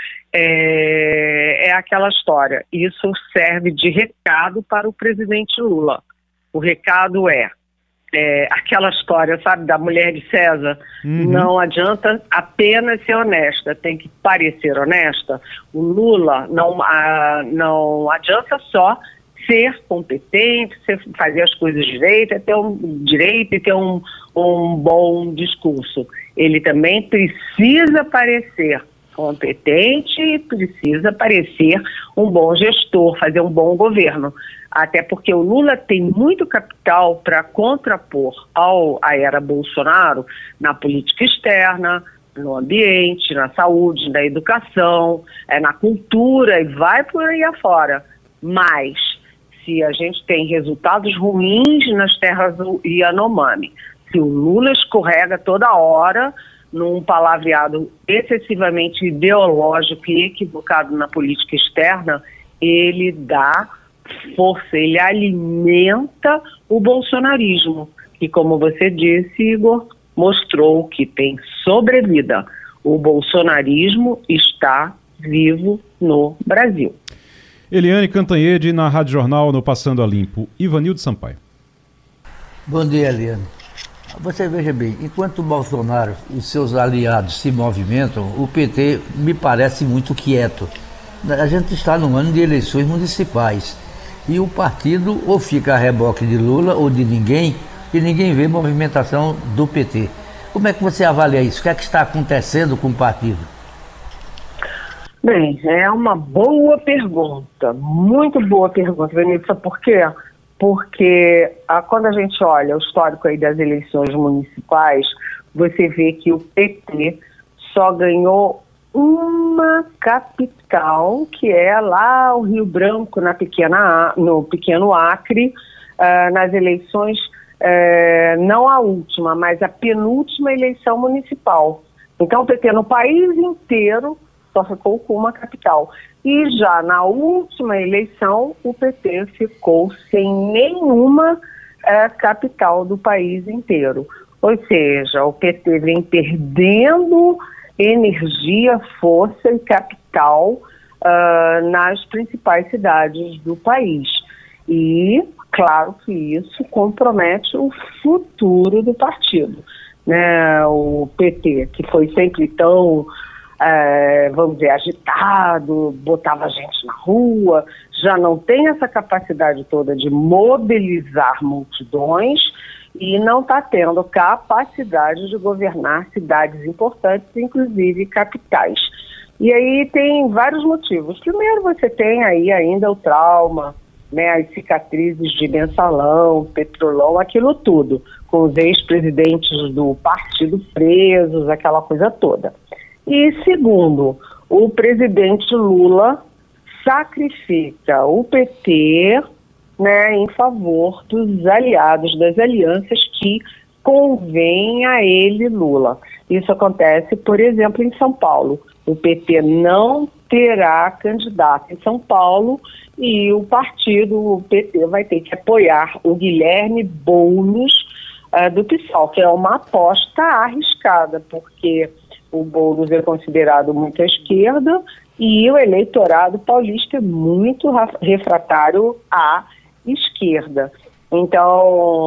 É, é aquela história, isso serve de recado para o presidente Lula. O recado é, é aquela história, sabe, da mulher de César, uhum. Não adianta apenas ser honesta, tem que parecer honesta. O Lula não, a, não adianta só ser competente, ser, fazer as coisas direito, é ter um direito e ter um, um bom discurso. Ele também precisa parecer competente e precisa parecer um bom gestor, fazer um bom governo. Até porque o Lula tem muito capital para contrapor ao, à era Bolsonaro na política externa, no ambiente, na saúde, na educação, é, na cultura, e vai por aí afora. Mas se a gente tem resultados ruins nas terras do Yanomami, se o Lula escorrega toda hora num palavreado excessivamente ideológico e equivocado na política externa, ele dá força, ele alimenta o bolsonarismo, que, como você disse, Igor, mostrou que tem sobrevida. O bolsonarismo está vivo no Brasil. Eliane Cantanhede, na Rádio Jornal, no Passando a Limpo. Ivanildo Sampaio. Bom dia, Eliane. Você veja bem, enquanto o Bolsonaro e seus aliados se movimentam, o P T me parece muito quieto. A gente está num ano de eleições municipais e o partido ou fica a reboque de Lula ou de ninguém, e ninguém vê movimentação do P T. Como é que você avalia isso? O que é que está acontecendo com o partido? Bem, é uma boa pergunta, muito boa pergunta, Vanessa. Por quê? Porque ah, quando a gente olha o histórico aí das eleições municipais, você vê que o P T só ganhou uma capital, que é lá o Rio Branco, na pequena, no pequeno Acre, ah, nas eleições, eh, não a última, mas a penúltima eleição municipal. Então o P T no país inteiro só ficou com uma capital. E já na última eleição, o P T ficou sem nenhuma é, capital do país inteiro. Ou seja, o P T vem perdendo energia, força e capital uh, nas principais cidades do país. E, claro que isso compromete o futuro do partido. Né? O P T, que foi sempre tão... É, vamos dizer, agitado, botava gente na rua, já não tem essa capacidade toda de mobilizar multidões e não está tendo capacidade de governar cidades importantes, inclusive capitais. E aí tem vários motivos. Primeiro, você tem aí ainda o trauma, né, as cicatrizes de Mensalão, Petrolão, aquilo tudo, com os ex-presidentes do partido presos, aquela coisa toda. E segundo, o presidente Lula sacrifica o P T, né, em favor dos aliados, das alianças que convêm a ele, Lula. Isso acontece, por exemplo, em São Paulo. O P T não terá candidato em São Paulo e o partido, o P T, vai ter que apoiar o Guilherme Boulos uh, do PSOL, que é uma aposta arriscada, porque o Boulos é considerado muito à esquerda e o eleitorado paulista é muito refratário à esquerda. Então,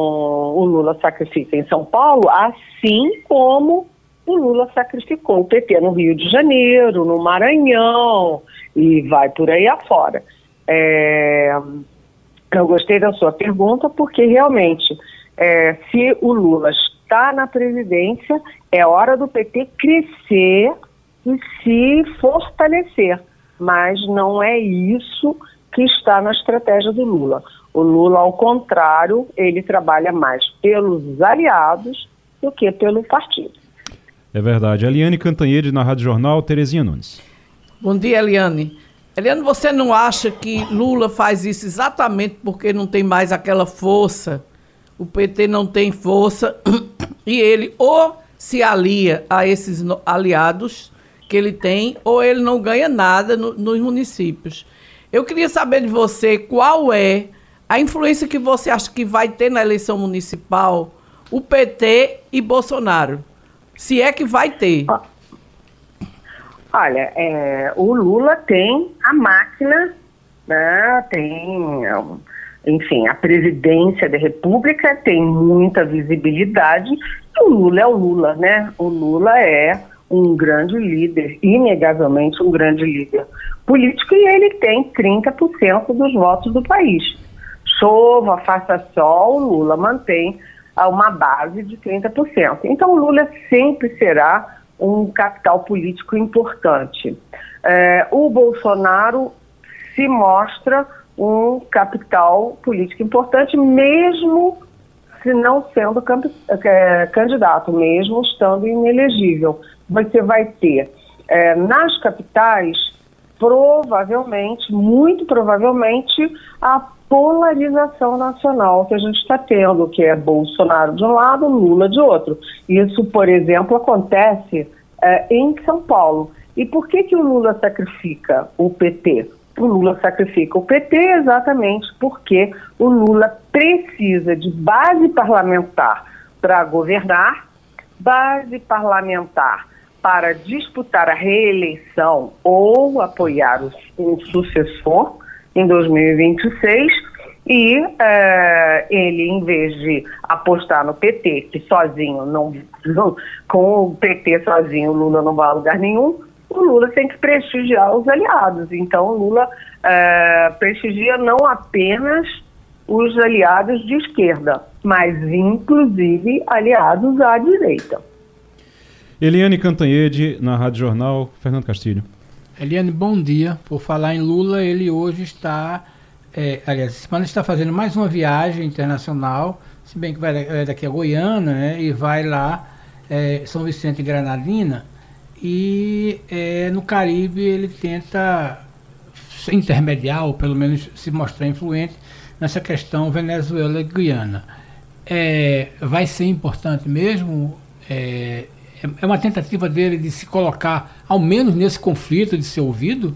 o Lula sacrifica em São Paulo, assim como o Lula sacrificou o P T no Rio de Janeiro, no Maranhão, e vai por aí afora. É, eu gostei da sua pergunta, porque realmente, é, se o Lula está na presidência, é hora do P T crescer e se fortalecer. Mas não é isso que está na estratégia do Lula. O Lula, ao contrário, ele trabalha mais pelos aliados do que pelo partido. É verdade. Eliane Cantanhede, na Rádio Jornal, Terezinha Nunes. Bom dia, Eliane. Eliane, você não acha que Lula faz isso exatamente porque não tem mais aquela força? O P T não tem força e ele ou se alia a esses aliados que ele tem, ou ele não ganha nada no, nos municípios. Eu queria saber de você qual é a influência que você acha que vai ter na eleição municipal o P T e Bolsonaro. Se é que vai ter. Olha, é, o Lula tem a máquina, né, tem, enfim, a presidência da República, tem muita visibilidade. O Lula é o Lula, né? O Lula é um grande líder, inegavelmente um grande líder político, e ele tem trinta por cento dos votos do país. Chova, faça sol, o Lula mantém uma base de trinta por cento. Então o Lula sempre será um capital político importante. É, o Bolsonaro se mostra um capital político importante, mesmo se não sendo candidato, mesmo estando inelegível. Você vai ter, é, nas capitais, provavelmente, muito provavelmente, a polarização nacional que a gente está tendo, que é Bolsonaro de um lado, Lula de outro. Isso, por exemplo, acontece é, em São Paulo. E por que que o Lula sacrifica o P T? O Lula sacrifica o P T exatamente porque o Lula precisa de base parlamentar para governar, base parlamentar para disputar a reeleição ou apoiar um sucessor em dois mil e vinte e seis, e uh, ele, em vez de apostar no P T, que sozinho, não, não, com o P T sozinho o Lula não vai a lugar nenhum, o Lula tem que prestigiar os aliados. Então o Lula uh, prestigia não apenas os aliados de esquerda, mas inclusive aliados à direita. Eliane Cantanhede, na Rádio Jornal, Fernando Castilho. Eliane, bom dia. Por falar em Lula, ele hoje está, é, aliás, essa semana está fazendo mais uma viagem internacional, se bem que vai daqui a Goiânia, né, e vai lá, é, São Vicente e Granadina, e é, no Caribe ele tenta intermediar, ou pelo menos se mostrar influente nessa questão Venezuela e Guiana. É, vai ser importante mesmo? É, É uma tentativa dele de se colocar, ao menos nesse conflito, de ser ouvido?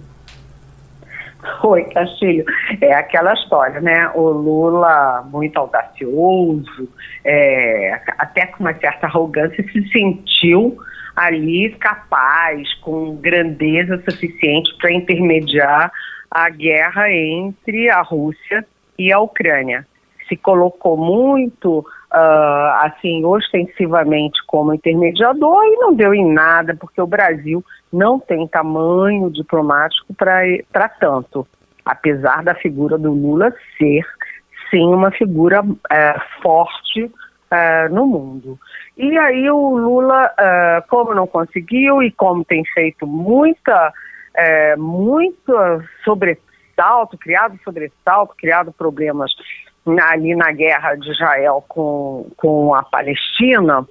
Oi, Castilho. É aquela história, né? O Lula, muito audacioso, é, até com uma certa arrogância, se sentiu ali capaz, com grandeza suficiente para intermediar a guerra entre a Rússia e a Ucrânia. Se colocou muito... Uh, assim, ostensivamente como intermediador, e não deu em nada, porque o Brasil não tem tamanho diplomático para tanto, apesar da figura do Lula ser, sim, uma figura uh, forte uh, no mundo. E aí o Lula, uh, como não conseguiu e como tem feito muita, uh, muito sobressalto, criado sobressalto, criado problemas ali na guerra de Israel com, com a Palestina,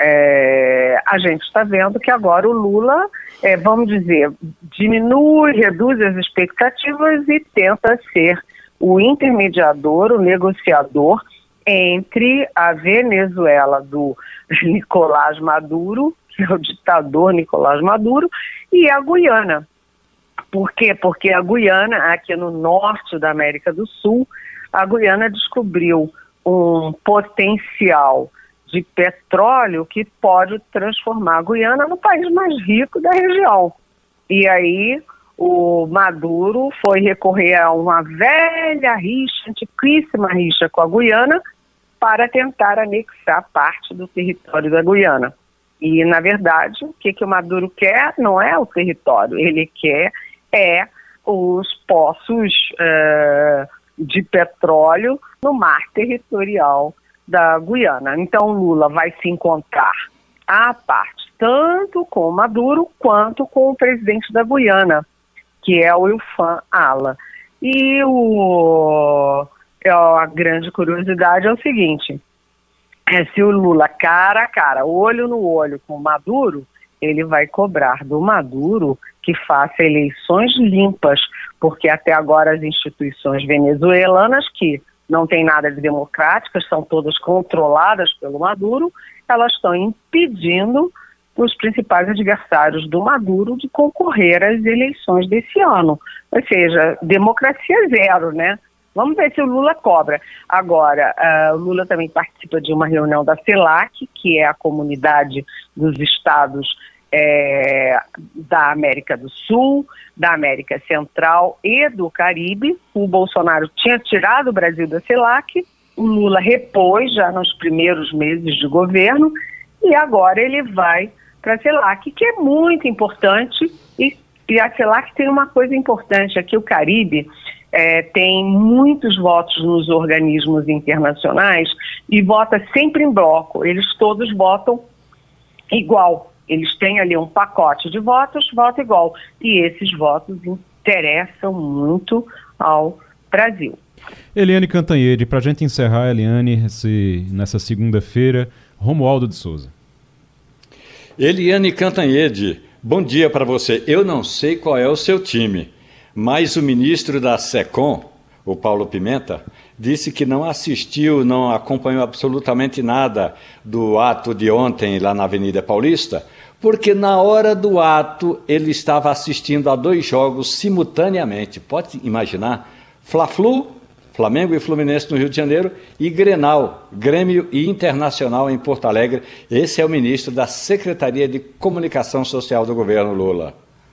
é, a gente está vendo que agora o Lula, é, vamos dizer, diminui, reduz as expectativas e tenta ser o intermediador, o negociador entre a Venezuela do Nicolás Maduro, que é o ditador Nicolás Maduro, e a Guiana. Por quê? Porque a Guiana, aqui no norte da América do Sul, a Guiana descobriu um potencial de petróleo que pode transformar a Guiana no país mais rico da região. E aí o Maduro foi recorrer a uma velha rixa, antiquíssima rixa com a Guiana, para tentar anexar parte do território da Guiana. E, na verdade, o que, que o Maduro quer não é o território, ele quer é os poços é, de petróleo no mar territorial da Guiana. Então Lula vai se encontrar à parte, tanto com Maduro quanto com o presidente da Guiana, que é o Ilhan Ala. E o, a grande curiosidade é o seguinte, é se o Lula cara a cara, olho no olho com o Maduro, ele vai cobrar do Maduro que faça eleições limpas, porque até agora as instituições venezuelanas, que não tem nada de democráticas, são todas controladas pelo Maduro, elas estão impedindo os principais adversários do Maduro de concorrer às eleições desse ano. Ou seja, democracia zero, né? Vamos ver se o Lula cobra. Agora, uh, o Lula também participa de uma reunião da CELAC, que é a comunidade dos estados é, da América do Sul, da América Central e do Caribe. O Bolsonaro tinha tirado o Brasil da CELAC, o Lula repôs já nos primeiros meses de governo e agora ele vai para a CELAC, que é muito importante, e, e a CELAC tem uma coisa importante, aqui o Caribe é, tem muitos votos nos organismos internacionais e vota sempre em bloco, eles todos votam igual, eles têm ali um pacote de votos, voto igual, e esses votos interessam muito ao Brasil. Eliane Cantanhede, para a gente encerrar, Eliane, esse, nessa segunda-feira, Romualdo de Souza. Eliane Cantanhede, bom dia para você. Eu não sei qual é o seu time, mas o ministro da SECOM, o Paulo Pimenta, disse que não assistiu, não acompanhou absolutamente nada do ato de ontem lá na Avenida Paulista, porque na hora do ato ele estava assistindo a dois jogos simultaneamente. Pode imaginar? Fla-Flu, Flamengo e Fluminense no Rio de Janeiro, e Grenal, Grêmio e Internacional em Porto Alegre. Esse é o ministro da Secretaria de Comunicação Social do governo Lula.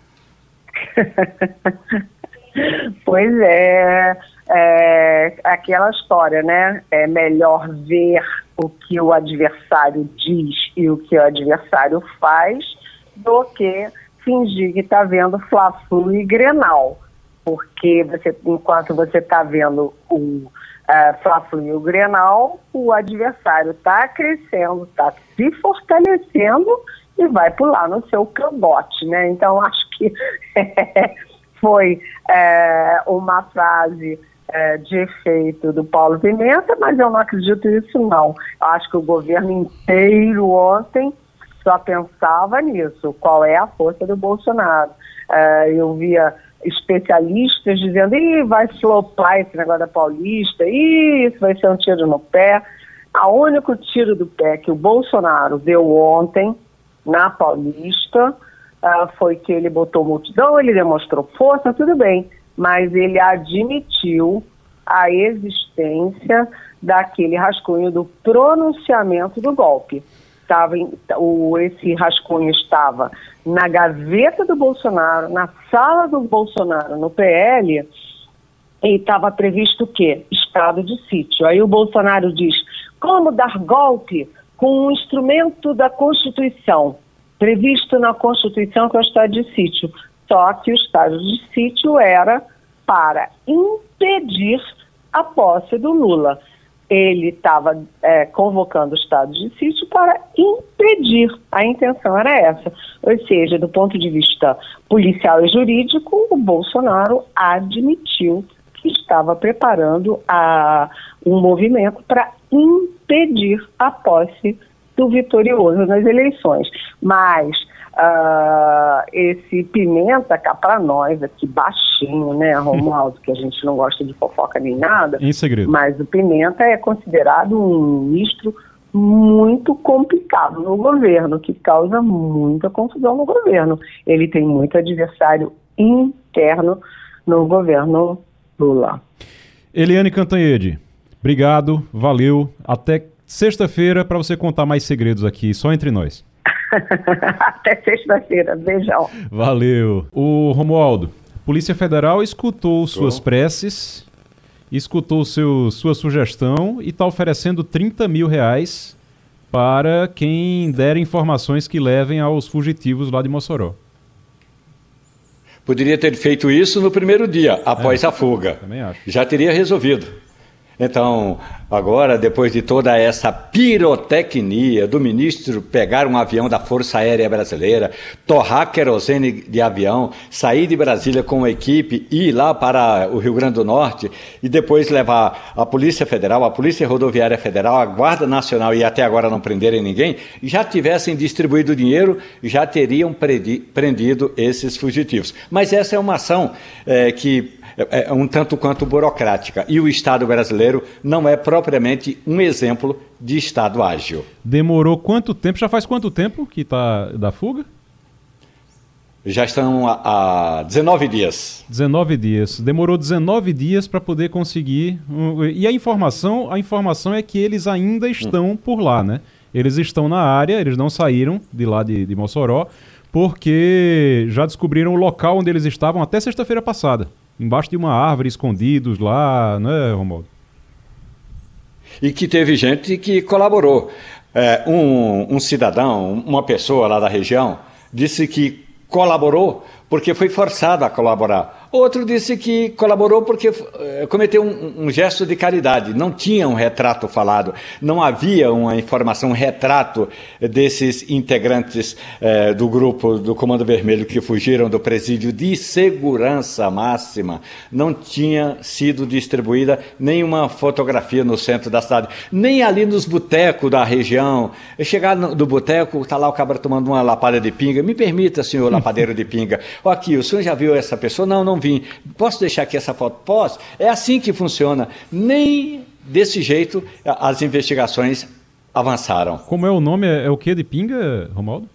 Pois é, é aquela história, né? É melhor ver o que o adversário diz e o que o adversário faz do que fingir que está vendo Fla-Flu e Grenal. Porque você, enquanto você está vendo o uh, Fla-Flu e o Grenal, o adversário está crescendo, está se fortalecendo e vai pular no seu cangote, né? Então, acho que foi é, uma frase é, de efeito do Paulo Pimenta, mas eu não acredito nisso, não. Eu acho que o governo inteiro ontem só pensava nisso, qual é a força do Bolsonaro. É, eu via especialistas dizendo, ih, vai flopar esse negócio da Paulista, ih, isso vai ser um tiro no pé. O único tiro do pé que o Bolsonaro deu ontem na Paulista uh, foi que ele botou multidão, ele demonstrou força, tudo bem, mas ele admitiu a existência daquele rascunho do pronunciamento do golpe. Tava em, o, esse rascunho estava na gaveta do Bolsonaro, na sala do Bolsonaro, no P L, e estava previsto o quê? Estado de sítio. Aí o Bolsonaro diz, como dar golpe com um instrumento da Constituição, previsto na Constituição, que é o estado de sítio. Só que o estado de sítio era para impedir a posse do Lula. Ele estava é, convocando o estado de sítio para impedir. A intenção era essa. Ou seja, do ponto de vista policial e jurídico, o Bolsonaro admitiu que estava preparando a, um movimento para impedir a posse do vitorioso nas eleições. Mas uh, esse Pimenta, cá para nós, aqui baixinho, né, Romualdo, que a gente não gosta de fofoca nem nada, em segredo. Mas o Pimenta é considerado um ministro muito complicado no governo, que causa muita confusão no governo. Ele tem muito adversário interno no governo Lula. Eliane Cantanhede, obrigado, valeu, até sexta-feira para você contar mais segredos aqui, só entre nós. Até sexta-feira, beijão. Valeu. O Romualdo, Polícia Federal escutou suas preces, escutou seu, sua sugestão e está oferecendo trinta mil reais para quem der informações que levem aos fugitivos lá de Mossoró. Poderia ter feito isso no primeiro dia, após é, a fuga. Também acho. Já teria resolvido. Então, agora, depois de toda essa pirotecnia do ministro pegar um avião da Força Aérea Brasileira, torrar querosene de avião, sair de Brasília com uma equipe e ir lá para o Rio Grande do Norte e depois levar a Polícia Federal, a Polícia Rodoviária Federal, a Guarda Nacional e até agora não prenderem ninguém, já tivessem distribuído dinheiro, já teriam prendido esses fugitivos. Mas essa é uma ação é, que é um tanto quanto burocrática. E o Estado brasileiro não é propriamente um exemplo de Estado ágil. Demorou quanto tempo? Já faz quanto tempo que está da fuga? Já estão há dezenove dias. dezenove dias. Demorou dezenove dias para poder conseguir... Um, e a informação, a informação é que eles ainda estão hum. por lá, né? Eles estão na área, eles não saíram de lá de, de Mossoró, porque já descobriram o local onde eles estavam até sexta-feira passada. Embaixo de uma árvore, escondidos lá, né, Romualdo? E que teve gente que colaborou. É, um, um cidadão, uma pessoa lá da região, disse que colaborou porque foi forçado a colaborar. Outro disse que colaborou porque uh, cometeu um, um gesto de caridade. Não tinha um retrato falado, não havia uma informação, um retrato desses integrantes uh, do grupo do Comando Vermelho que fugiram do presídio de segurança máxima. Não tinha sido distribuída nenhuma fotografia no centro da cidade, nem ali nos botecos da região. Chegar no, do boteco, está lá o cabra tomando uma lapada de pinga. Me permita, senhor lapadeiro de pinga. Ó, aqui, o senhor já viu essa pessoa? Não, não vi. Posso deixar aqui essa foto? Posso. É assim que funciona. Nem desse jeito as investigações avançaram. Como é o nome? É, é o que de pinga, Romualdo?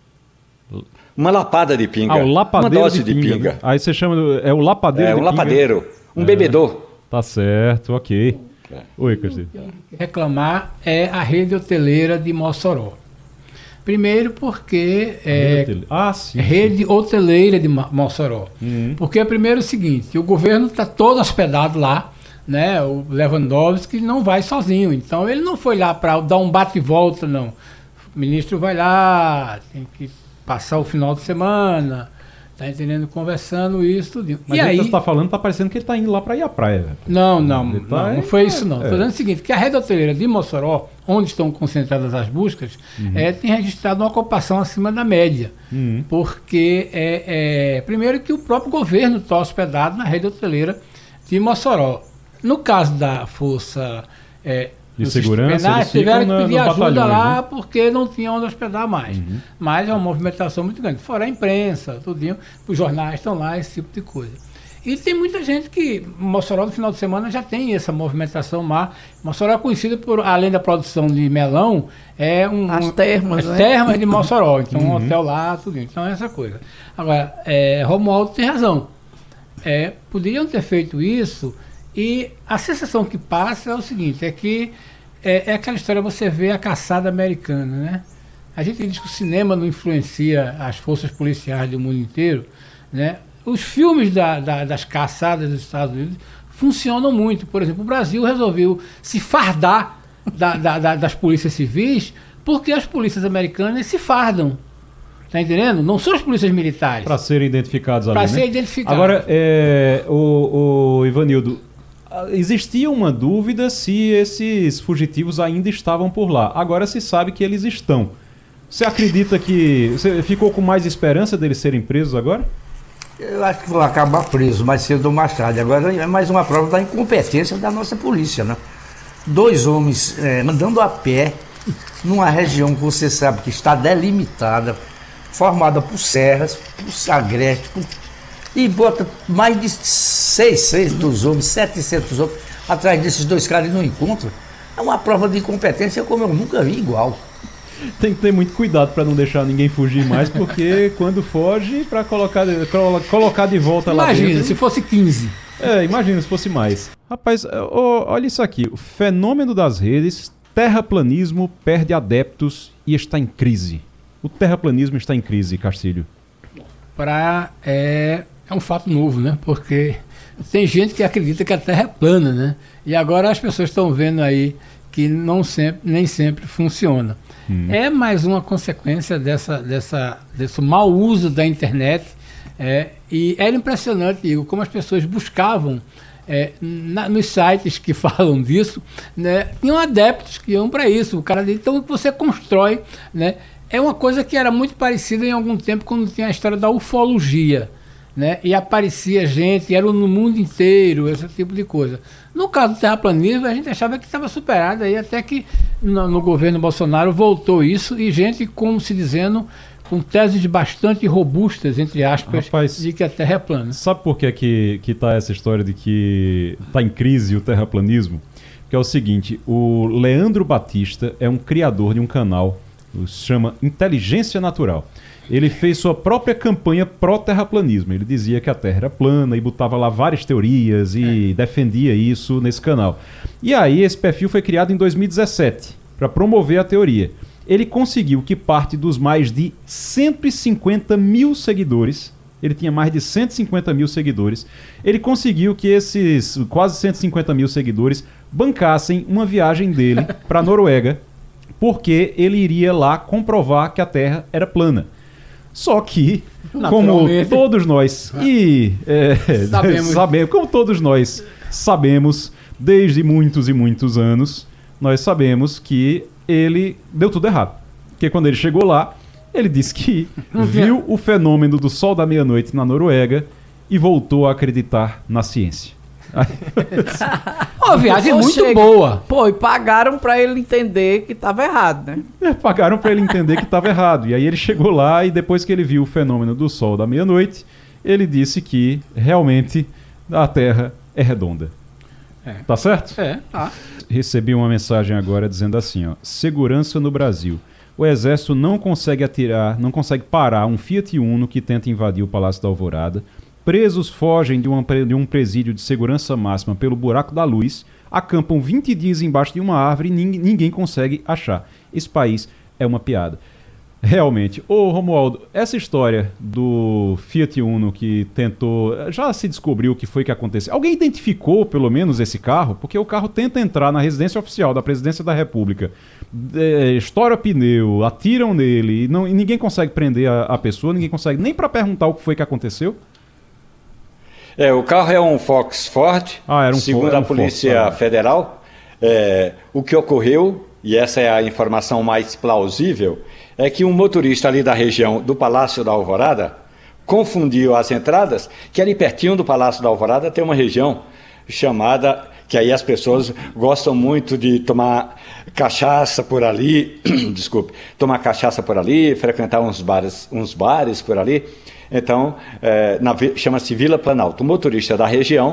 Uma lapada de pinga. Ah, o lapadeiro uma dose de pinga. de pinga. Aí você chama... É o lapadeiro É, um de lapadeiro. Pinga. Um é, bebedor. Tá certo, ok. É. Oi, Castilho. Reclamar é a rede hoteleira de Mossoró. Primeiro porque é rede, ah, sim, rede sim. hoteleira de Mossoró. Uhum. Porque primeiro é o seguinte, o governo está todo hospedado lá, né? O Lewandowski não vai sozinho, então ele não foi lá para dar um bate e volta, não. O ministro vai lá, tem que passar o final de semana, tá entendendo? Conversando isso, tudo. Mas e aí você está falando, tá parecendo que ele está indo lá para ir à praia. Véio. Não, não, tá não, aí, não foi isso não. É. Estou dizendo o seguinte, que a rede hoteleira de Mossoró, onde estão concentradas as buscas, uhum. é, tem registrado uma ocupação acima da média. Uhum. Porque, é, é, primeiro que o próprio governo está hospedado na rede hoteleira de Mossoró. No caso da Força é, de segurança, penais, tiveram que pedir na, ajuda lá, né? porque não tinham onde hospedar mais. Uhum. Mas é uma movimentação muito grande. Fora a imprensa, tudinho, os jornais estão lá, esse tipo de coisa. E tem muita gente que, Mossoró no final de semana já tem essa movimentação má. Mossoró é conhecido por, além da produção de melão, é um... As termas, As né? termas de Mossoró, então uhum. um hotel lá, tudo. Então é essa coisa. Agora, é, Romualdo tem razão. É, poderiam ter feito isso e a sensação que passa é o seguinte, é que é, é aquela história, você vê a caçada americana, né? A gente diz que o cinema não influencia as forças policiais do mundo inteiro, né? Os filmes da, da, das caçadas dos Estados Unidos funcionam muito. Por exemplo, o Brasil resolveu se fardar da, da, da, das polícias civis porque as polícias americanas se fardam. Tá entendendo? Não são as polícias militares. Para serem identificados ali, Para né? serem identificados. Agora, é, o, o Ivanildo, existia uma dúvida se esses fugitivos ainda estavam por lá. Agora se sabe que eles estão. Você acredita que... Você ficou com mais esperança deles serem presos agora? Eu acho que vão acabar presos mais cedo ou mais tarde. Agora é mais uma prova da incompetência da nossa polícia, né? Dois homens é, andando a pé numa região que você sabe que está delimitada, formada por serras, por agrestes, por... e bota mais de seis, seis dos homens, setecentos homens atrás desses dois caras e não encontra. É uma prova de incompetência como eu nunca vi igual. Tem que ter muito cuidado para não deixar ninguém fugir mais, porque quando foge, para colocar, colocar de volta imagina, lá dentro... Imagina, se fosse quinze. É, imagina se fosse mais. Rapaz, ó, olha isso aqui. O fenômeno das redes, terraplanismo perde adeptos e está em crise. O terraplanismo está em crise, Castilho. Pra, é, é um fato novo, né? Porque tem gente que acredita que a Terra é plana, né? E agora as pessoas estão vendo aí que não sempre, nem sempre funciona. Hum. É mais uma consequência dessa, dessa, desse mau uso da internet, É, e era impressionante, Igor, como as pessoas buscavam é, na, nos sites que falam disso, né, tinham adeptos que iam para isso. O cara diz, então o que você constrói, né, é uma coisa que era muito parecida em algum tempo quando tinha a história da ufologia, né, e aparecia gente, era no mundo inteiro, esse tipo de coisa. No caso do terraplanismo, a gente achava que estava superado, aí até que no, no governo Bolsonaro voltou isso, e gente, como se dizendo, com teses bastante robustas, entre aspas, Rapaz, de que a Terra é plana. Sabe por que que, que tá essa história de que está em crise o terraplanismo? Que é o seguinte, o Leandro Batista é um criador de um canal, se chama Inteligência Natural. Ele fez sua própria campanha pró-terraplanismo. Ele dizia que a Terra era plana e botava lá várias teorias e é. defendia isso nesse canal. E aí esse perfil foi criado em dois mil e dezessete para promover a teoria. Ele conseguiu que parte dos mais de cento e cinquenta mil seguidores, ele tinha mais de cento e cinquenta mil seguidores, ele conseguiu que esses quase cento e cinquenta mil seguidores bancassem uma viagem dele para a Noruega, porque ele iria lá comprovar que a Terra era plana. Só que, como todos nós, e é, sabemos. sabemos, como todos nós sabemos, desde muitos e muitos anos, nós sabemos que ele deu tudo errado. Porque quando ele chegou lá, ele disse que viu o fenômeno do sol da meia-noite na Noruega e voltou a acreditar na ciência. Uma viagem muito chega. boa. Pô, e pagaram pra ele entender que tava errado, né? É, pagaram pra ele entender que tava errado. E aí ele chegou lá e depois que ele viu o fenômeno do sol da meia-noite, ele disse que realmente a Terra é redonda. É. Tá certo? É, tá. Recebi uma mensagem agora dizendo assim, ó: segurança no Brasil. O Exército não consegue atirar, não consegue parar um Fiat Uno que tenta invadir o Palácio da Alvorada. Presos fogem de, uma, de um presídio de segurança máxima pelo buraco da luz, acampam vinte dias embaixo de uma árvore e ninguém, ninguém consegue achar. Esse país é uma piada. Realmente. Ô Romualdo, essa história do Fiat Uno que tentou... Já se descobriu o que foi que aconteceu? Alguém identificou pelo menos esse carro? Porque o carro tenta entrar na residência oficial da Presidência da República, é, estoura pneu, atiram nele e, não, e ninguém consegue prender a, a pessoa, ninguém consegue nem para perguntar o que foi que aconteceu? É, o carro é um Fox Ford, ah, era um segundo Ford, a Polícia Fox, Federal. É, o que ocorreu, e essa é a informação mais plausível, é que um motorista ali da região do Palácio da Alvorada confundiu as entradas, que ali pertinho do Palácio da Alvorada tem uma região chamada, que aí as pessoas gostam muito de tomar cachaça por ali, desculpe, tomar cachaça por ali, frequentar uns bares, uns bares por ali. Então, é, chama-se Vila Planalto. O motorista da região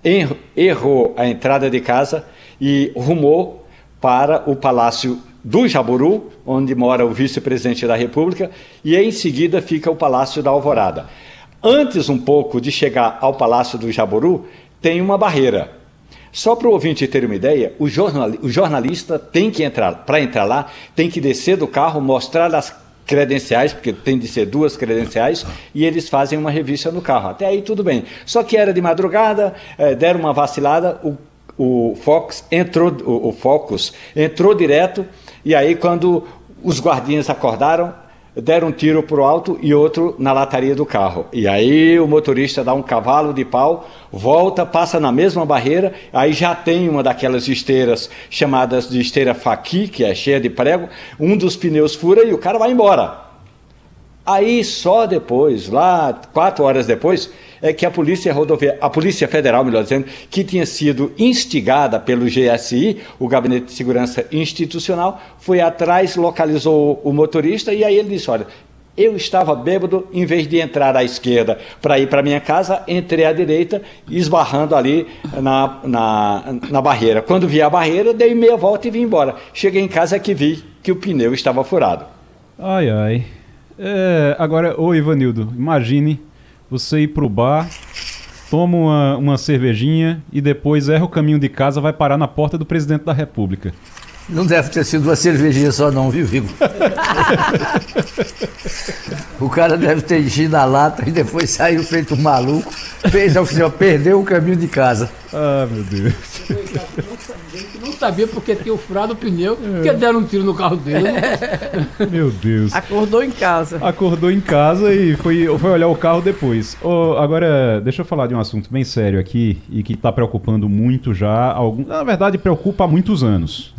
errou a entrada de casa e rumou para o Palácio do Jaburu, onde mora o vice-presidente da República, e em seguida fica o Palácio da Alvorada. Antes um pouco de chegar ao Palácio do Jaburu, tem uma barreira. Só para o ouvinte ter uma ideia, o, jornal, o jornalista tem que entrar, para entrar lá, tem que descer do carro, mostrar as credenciais, porque tem de ser duas credenciais, e eles fazem uma revista no carro. Até aí tudo bem. Só que era de madrugada, é, deram uma vacilada, o, o, Fox entrou, o, o Focus entrou direto, e aí quando os guardinhas acordaram, deram um tiro para o alto e outro na lataria do carro. E aí o motorista dá um cavalo de pau, volta, passa na mesma barreira, aí já tem uma daquelas esteiras chamadas de esteira faqui, que é cheia de prego, um dos pneus fura e o cara vai embora. Aí só depois, lá quatro horas depois, é que a Polícia Rodoviária, a Polícia Federal, melhor dizendo, que tinha sido instigada pelo G S I, o Gabinete de Segurança Institucional, foi atrás, localizou o motorista e aí ele disse, olha, eu estava bêbado, em vez de entrar à esquerda para ir para minha casa, entrei à direita, esbarrando ali na, na, na barreira. Quando vi a barreira, dei meia volta e vim embora. Cheguei em casa que vi que o pneu estava furado. Ai, ai. É, agora, ô Ivanildo, imagine você ir pro bar, toma uma, uma cervejinha e depois erra o caminho de casa, vai parar na porta do presidente da República. Não deve ter sido uma cervejinha só não, viu, Vigo? O cara deve ter enchido a lata e depois saiu feito um maluco, fez ao senhor, perdeu o caminho de casa. Ah, meu Deus. sabia porque tinha furado o pneu, porque deram um tiro no carro dele. Meu Deus. Acordou em casa. Acordou em casa e foi, foi olhar o carro depois. Oh, agora, deixa eu falar de um assunto bem sério aqui e que está preocupando muito já. Algum, na verdade, preocupa há muitos anos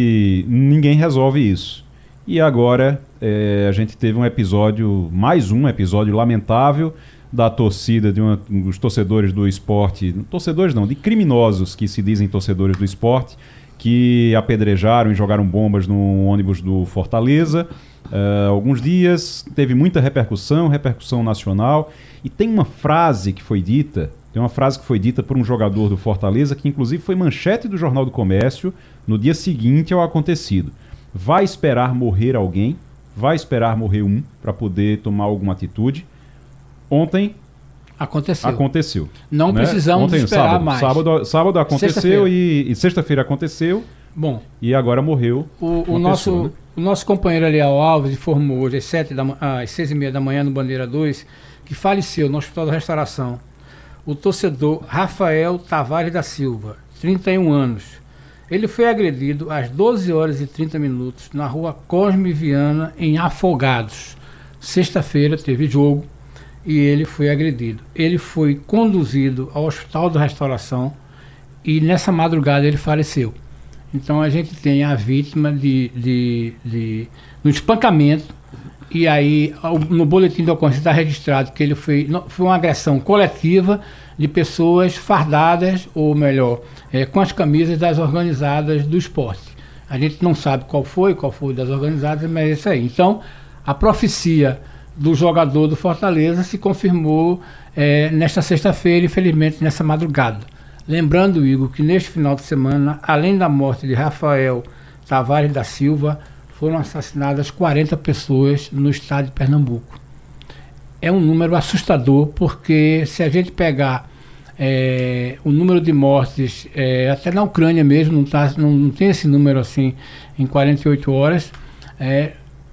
e ninguém resolve isso. E agora é, a gente teve um episódio, mais um episódio lamentável da torcida, de uma, dos torcedores do esporte, torcedores não, de criminosos que se dizem torcedores do esporte, que apedrejaram e jogaram bombas no ônibus do Fortaleza. Uh, alguns dias, teve muita repercussão, repercussão nacional, e tem uma frase que foi dita, tem uma frase que foi dita por um jogador do Fortaleza, que inclusive foi manchete do Jornal do Comércio no dia seguinte ao acontecido. Vai esperar morrer alguém, vai esperar morrer um para poder tomar alguma atitude. Ontem aconteceu. aconteceu Não né? precisamos Ontem, esperar sábado, mais. Sábado, sábado aconteceu sexta-feira. e, e sexta-feira aconteceu. Bom, e agora morreu. O, o, nosso, pessoa, né? o nosso companheiro Eliel Alves informou hoje às, sete da, às seis e meia da manhã no Bandeira dois que faleceu no Hospital da Restauração o torcedor Rafael Tavares da Silva, trinta e um anos. Ele foi agredido às doze horas e trinta minutos na rua Cosme Viana, em Afogados. Sexta-feira teve jogo e ele foi agredido. Ele foi conduzido ao Hospital da Restauração e nessa madrugada ele faleceu. Então a gente tem a vítima de, de, de, no espancamento, e aí no boletim de ocorrência está registrado que ele foi, não, foi uma agressão coletiva de pessoas fardadas, ou melhor, é, com as camisas das organizadas do esporte. A gente não sabe qual foi, qual foi das organizadas, mas é isso aí. Então a profecia do jogador do Fortaleza se confirmou é, nesta sexta-feira, infelizmente nessa madrugada. Lembrando, Igor, que neste final de semana, além da morte de Rafael Tavares da Silva, foram assassinadas quarenta pessoas no estado de Pernambuco. É um número assustador, porque se a gente pegar é, o número de mortes, é, até na Ucrânia mesmo, não, tá, não, não tem esse número assim em quarenta e oito horas, é,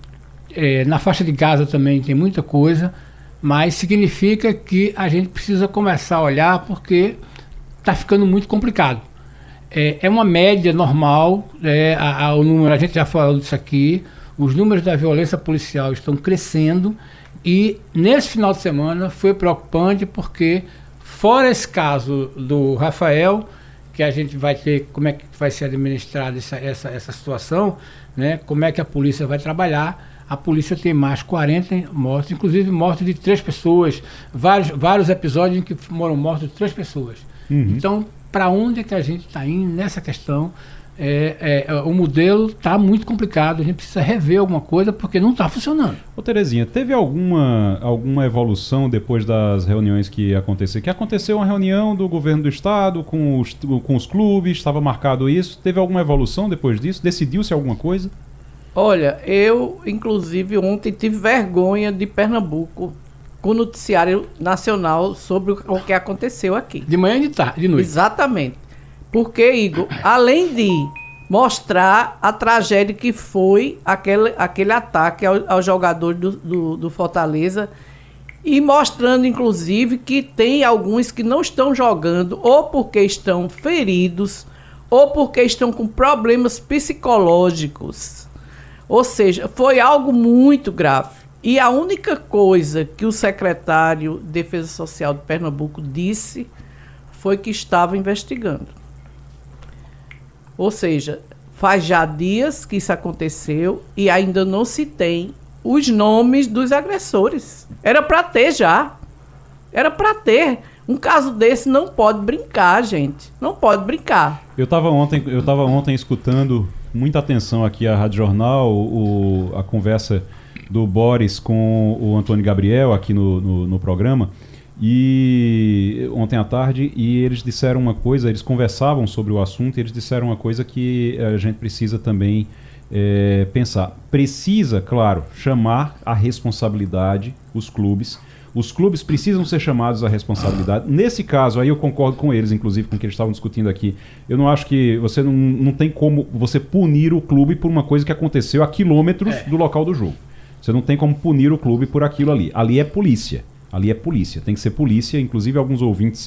é, na faixa de Gaza também tem muita coisa, mas significa que a gente precisa começar a olhar, porque está ficando muito complicado. É, é uma média normal, é, a, a, o número, a gente já falou disso aqui, os números da violência policial estão crescendo, e nesse final de semana foi preocupante, porque fora esse caso do Rafael, que a gente vai ter, como é que vai ser administrada essa, essa, essa situação, né, como é que a polícia vai trabalhar, a polícia tem mais quarenta mortes, inclusive mortes de três pessoas, vários, vários episódios em que foram mortas três pessoas. Uhum. Então, para onde é que a gente está indo nessa questão? É, é, o modelo está muito complicado, a gente precisa rever alguma coisa, porque não está funcionando. Ô Terezinha, teve alguma, alguma evolução depois das reuniões que aconteceram? Que aconteceu uma reunião do governo do estado com os, com os clubes, estava marcado isso. Teve alguma evolução depois disso? Decidiu-se alguma coisa? Olha, eu, inclusive, ontem tive vergonha de Pernambuco com o noticiário nacional sobre o que aconteceu aqui. De manhã e de tarde, de noite. Exatamente. Porque, Igor, além de mostrar a tragédia que foi aquele, aquele ataque ao, ao jogador do, do, do Fortaleza, e mostrando, inclusive, que tem alguns que não estão jogando ou porque estão feridos ou porque estão com problemas psicológicos. Ou seja, foi algo muito grave. E a única coisa que o secretário de Defesa Social de Pernambuco disse foi que estava investigando. Ou seja, faz já dias que isso aconteceu e ainda não se tem os nomes dos agressores. Era para ter já. Era para ter. Um caso desse não pode brincar, gente. Não pode brincar. Eu estava ontem, eu estava ontem escutando muita atenção aqui a Rádio Jornal, o, a conversa do Boris com o Antônio Gabriel aqui no, no, no programa, e ontem à tarde, e eles disseram uma coisa, eles conversavam sobre o assunto, e eles disseram uma coisa que a gente precisa também é, pensar. Precisa, claro, chamar a responsabilidade os clubes. Os clubes precisam ser chamados à responsabilidade. Nesse caso, aí eu concordo com eles, inclusive com o que eles estavam discutindo aqui. Eu não acho que você não, não tem como você punir o clube por uma coisa que aconteceu a quilômetros é. do local do jogo. Você não tem como punir o clube por aquilo ali. Ali é polícia. Ali é polícia, tem que ser polícia. Inclusive alguns ouvintes,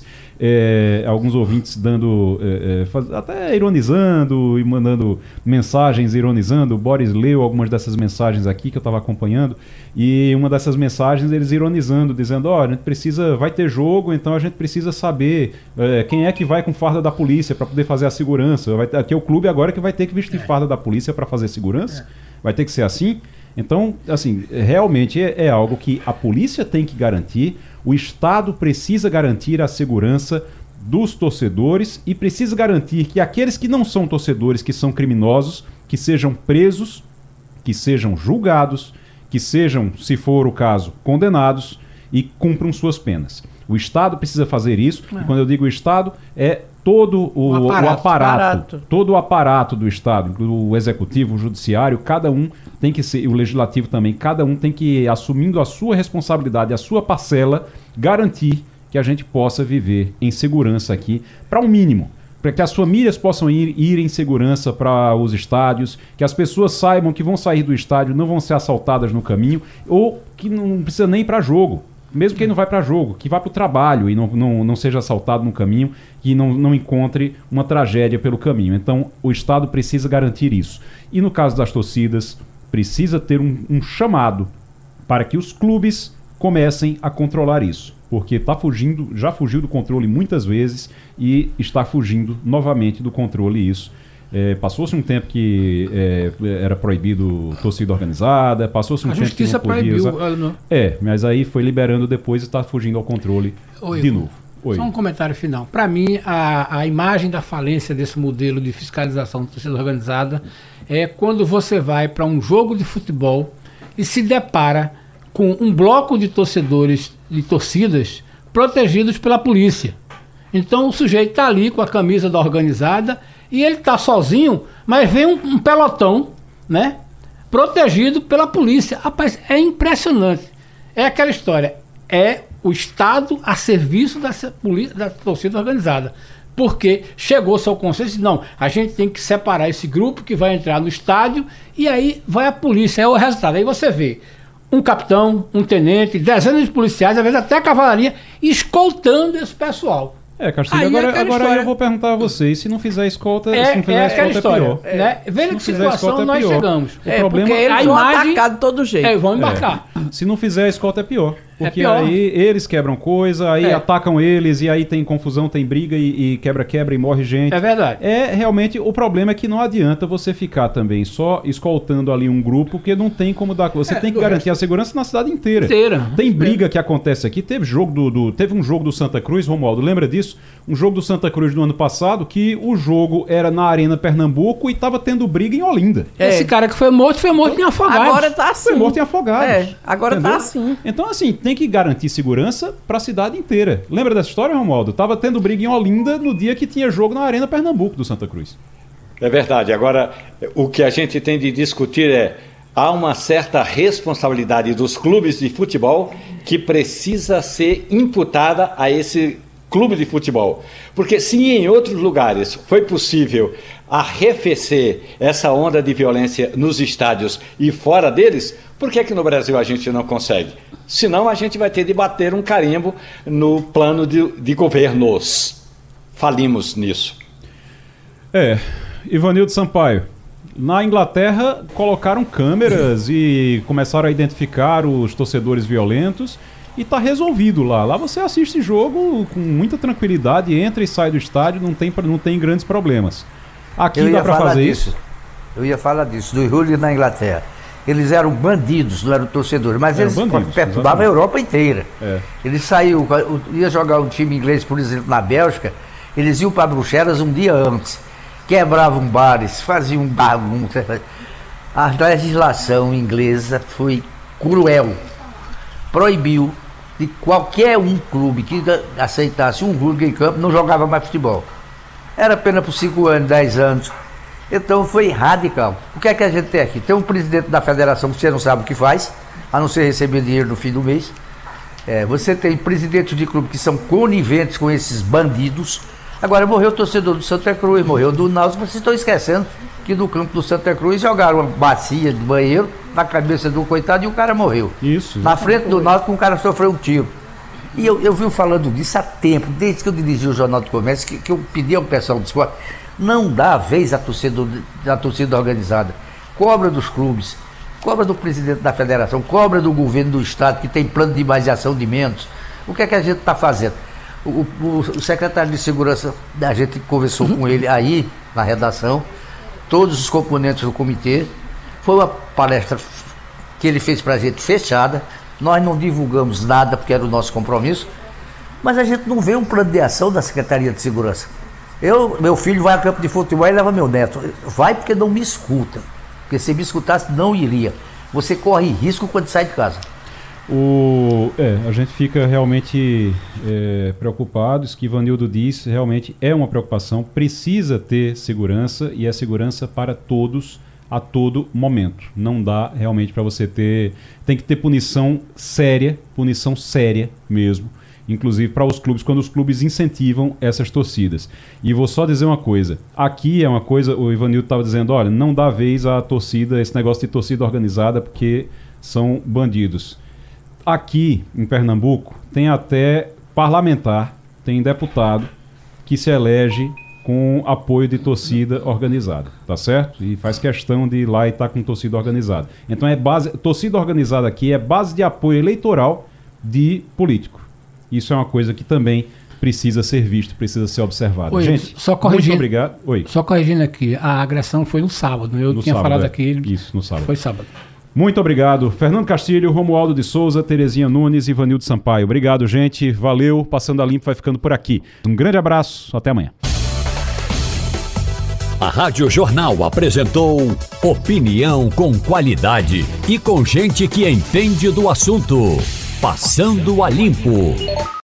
é, alguns ouvintes dando, é, é, faz, até ironizando e mandando mensagens ironizando. O Boris leu algumas dessas mensagens aqui que eu estava acompanhando, e uma dessas mensagens eles ironizando, dizendo, ó, oh, a gente precisa, vai ter jogo, então a gente precisa saber é, quem é que vai com farda da polícia para poder fazer a segurança. Vai ter, aqui é o clube agora que vai ter que vestir é. farda da polícia para fazer segurança. É. Vai ter que ser assim. Então, assim, realmente é, é algo que a polícia tem que garantir, o Estado precisa garantir a segurança dos torcedores e precisa garantir que aqueles que não são torcedores, que são criminosos, que sejam presos, que sejam julgados, que sejam, se for o caso, condenados e cumpram suas penas. O Estado precisa fazer isso, é. e quando eu digo o Estado, é todo o, o, aparato, o aparato, aparato, todo o aparato do Estado, o Executivo, o Judiciário, cada um tem que ser, o Legislativo também, cada um tem que, assumindo a sua responsabilidade, a sua parcela, garantir que a gente possa viver em segurança aqui, para um mínimo, para que as famílias possam ir, ir em segurança para os estádios, que as pessoas saibam que vão sair do estádio, não vão ser assaltadas no caminho, ou que não precisa nem ir para jogo. Mesmo quem não vai para jogo, que vá para o trabalho e não, não, não seja assaltado no caminho, que não, não encontre uma tragédia pelo caminho. Então, o Estado precisa garantir isso. E no caso das torcidas, precisa ter um, um chamado para que os clubes comecem a controlar isso. Porque está fugindo, já fugiu do controle muitas vezes e está fugindo novamente do controle isso. É, passou-se um tempo que é, era proibido torcida organizada, passou-se um a tempo que não podia proibiu, usar... não... É, mas aí foi liberando depois e está fugindo ao controle Oi, de novo. Oi. Só um comentário final. Para mim, a, a imagem da falência desse modelo de fiscalização de torcida organizada é quando você vai para um jogo de futebol e se depara com um bloco de torcedores, de torcidas, protegidos pela polícia. Então o sujeito está ali com a camisa da organizada e ele está sozinho, mas vem um, um pelotão, né, protegido pela polícia. Rapaz, é impressionante. É aquela história, é o Estado a serviço da, da torcida organizada. Porque chegou-se ao consenso de, não, a gente tem que separar esse grupo que vai entrar no estádio e aí vai a polícia, é o resultado. Aí você vê um capitão, um tenente, dezenas de policiais, às vezes até a cavalaria, escoltando esse pessoal. É, Castilho, aí agora, é agora eu vou perguntar a vocês, se não fizer escolta, é, se não fizer é escolta história, é pior. É, né? Vendo que situação nós é chegamos. O é, problema porque eles a vão imagem, atacar de todo jeito. É, vão embarcar. É. Se não fizer a escolta é pior. Porque é pior. aí eles quebram coisa, aí é. atacam eles, e aí tem confusão, tem briga, e, e quebra-quebra e morre gente. É verdade. É, realmente, o problema é que não adianta você ficar também só escoltando ali um grupo, porque não tem como dar... Você é, tem que garantir resto. a segurança na cidade inteira. Inteira. Tem briga que acontece aqui. Teve jogo do, do, teve um jogo do Santa Cruz, Romualdo, lembra disso? Um jogo do Santa Cruz do ano passado, que o jogo era na Arena Pernambuco e estava tendo briga em Olinda. É. Esse cara que foi morto, foi morto então, em Afogados. Agora tá assim. Foi morto em Afogados. É, agora entendeu? Tá assim. Então, assim, tem que garantir segurança para a cidade inteira. Lembra dessa história, Romualdo? Tava tendo briga em Olinda no dia que tinha jogo na Arena Pernambuco do Santa Cruz. É verdade. Agora, o que a gente tem de discutir é: há uma certa responsabilidade dos clubes de futebol que precisa ser imputada a esse clube de futebol. Porque se em outros lugares foi possível arrefecer essa onda de violência nos estádios e fora deles, por que que no Brasil a gente não consegue? Senão a gente vai ter de bater um carimbo no plano de, de governos. Falimos nisso. É, Ivanildo Sampaio, na Inglaterra colocaram câmeras e começaram a identificar os torcedores violentos e tá resolvido lá. Lá você assiste jogo com muita tranquilidade, entra e sai do estádio, não tem, não tem grandes problemas. Aqui dá para fazer disso. isso? Eu ia falar disso, do Júlio na Inglaterra. Eles eram bandidos, não eram torcedores, mas eram eles bandidos, perturbavam exatamente. a Europa inteira. É. Eles saíam, ia jogar um time inglês, por exemplo, na Bélgica, eles iam para Bruxelas um dia antes, quebravam bares, faziam bagunça. A legislação inglesa foi cruel, proibiu de qualquer um clube que aceitasse um vulgo em campo, não jogava mais futebol. Era pena por cinco anos, dez anos. Então foi radical. O que é que a gente tem aqui? Tem um presidente da federação que você não sabe o que faz, a não ser receber dinheiro no fim do mês. É, você tem presidentes de clube que são coniventes com esses bandidos. Agora morreu o torcedor do Santa Cruz, morreu do Náutico. Vocês estão esquecendo que no campo do Santa Cruz jogaram uma bacia de banheiro na cabeça do coitado e o cara morreu. Isso. Na frente do Náutico um cara sofreu um tiro. E eu, eu venho falando disso há tempo, desde que eu dirigi o Jornal do Comércio, que, que eu pedi ao pessoal do esporte, não dá vez à torcida, à torcida organizada. Cobra dos clubes, cobra do presidente da federação, cobra do governo do estado, que tem plano de mais e ação de menos. O que é que a gente está fazendo? O, o, o secretário de segurança, a gente conversou com ele aí, na redação, todos os componentes do comitê. Foi uma palestra que ele fez para a gente fechada. Nós não divulgamos nada, porque era o nosso compromisso, mas a gente não vê um plano de ação da Secretaria de Segurança. Eu, meu filho vai a campo de futebol e leva meu neto. Vai porque não me escuta. Porque se me escutasse, não iria. Você corre risco quando sai de casa. O, é, a gente fica realmente é, preocupado. Isso que Ivanildo disse realmente é uma preocupação. Precisa ter segurança, e é segurança para todos a todo momento. Não dá realmente para você ter... Tem que ter punição séria, punição séria mesmo, inclusive para os clubes, quando os clubes incentivam essas torcidas. E vou só dizer uma coisa. Aqui é uma coisa, o Ivanildo estava dizendo, olha, não dá vez à torcida, esse negócio de torcida organizada, porque são bandidos. Aqui, em Pernambuco, tem até parlamentar, tem deputado que se elege com apoio de torcida organizada, tá certo? E faz questão de ir lá e estar tá com torcida organizada. Então, é base, torcida organizada aqui é base de apoio eleitoral de político. Isso é uma coisa que também precisa ser visto, precisa ser observado. Oi, gente, só corrigindo, muito obrigado. Oi. Só corrigindo aqui, a agressão foi no sábado. Eu no tinha sábado, falado é. aqui. Isso, no sábado. Foi sábado. Muito obrigado. Fernando Castilho, Romualdo de Souza, Terezinha Nunes e Ivanildo Sampaio. Obrigado, gente. Valeu. Passando a Limpo vai ficando por aqui. Um grande abraço. Até amanhã. A Rádio Jornal apresentou opinião com qualidade e com gente que entende do assunto. Passando a Limpo.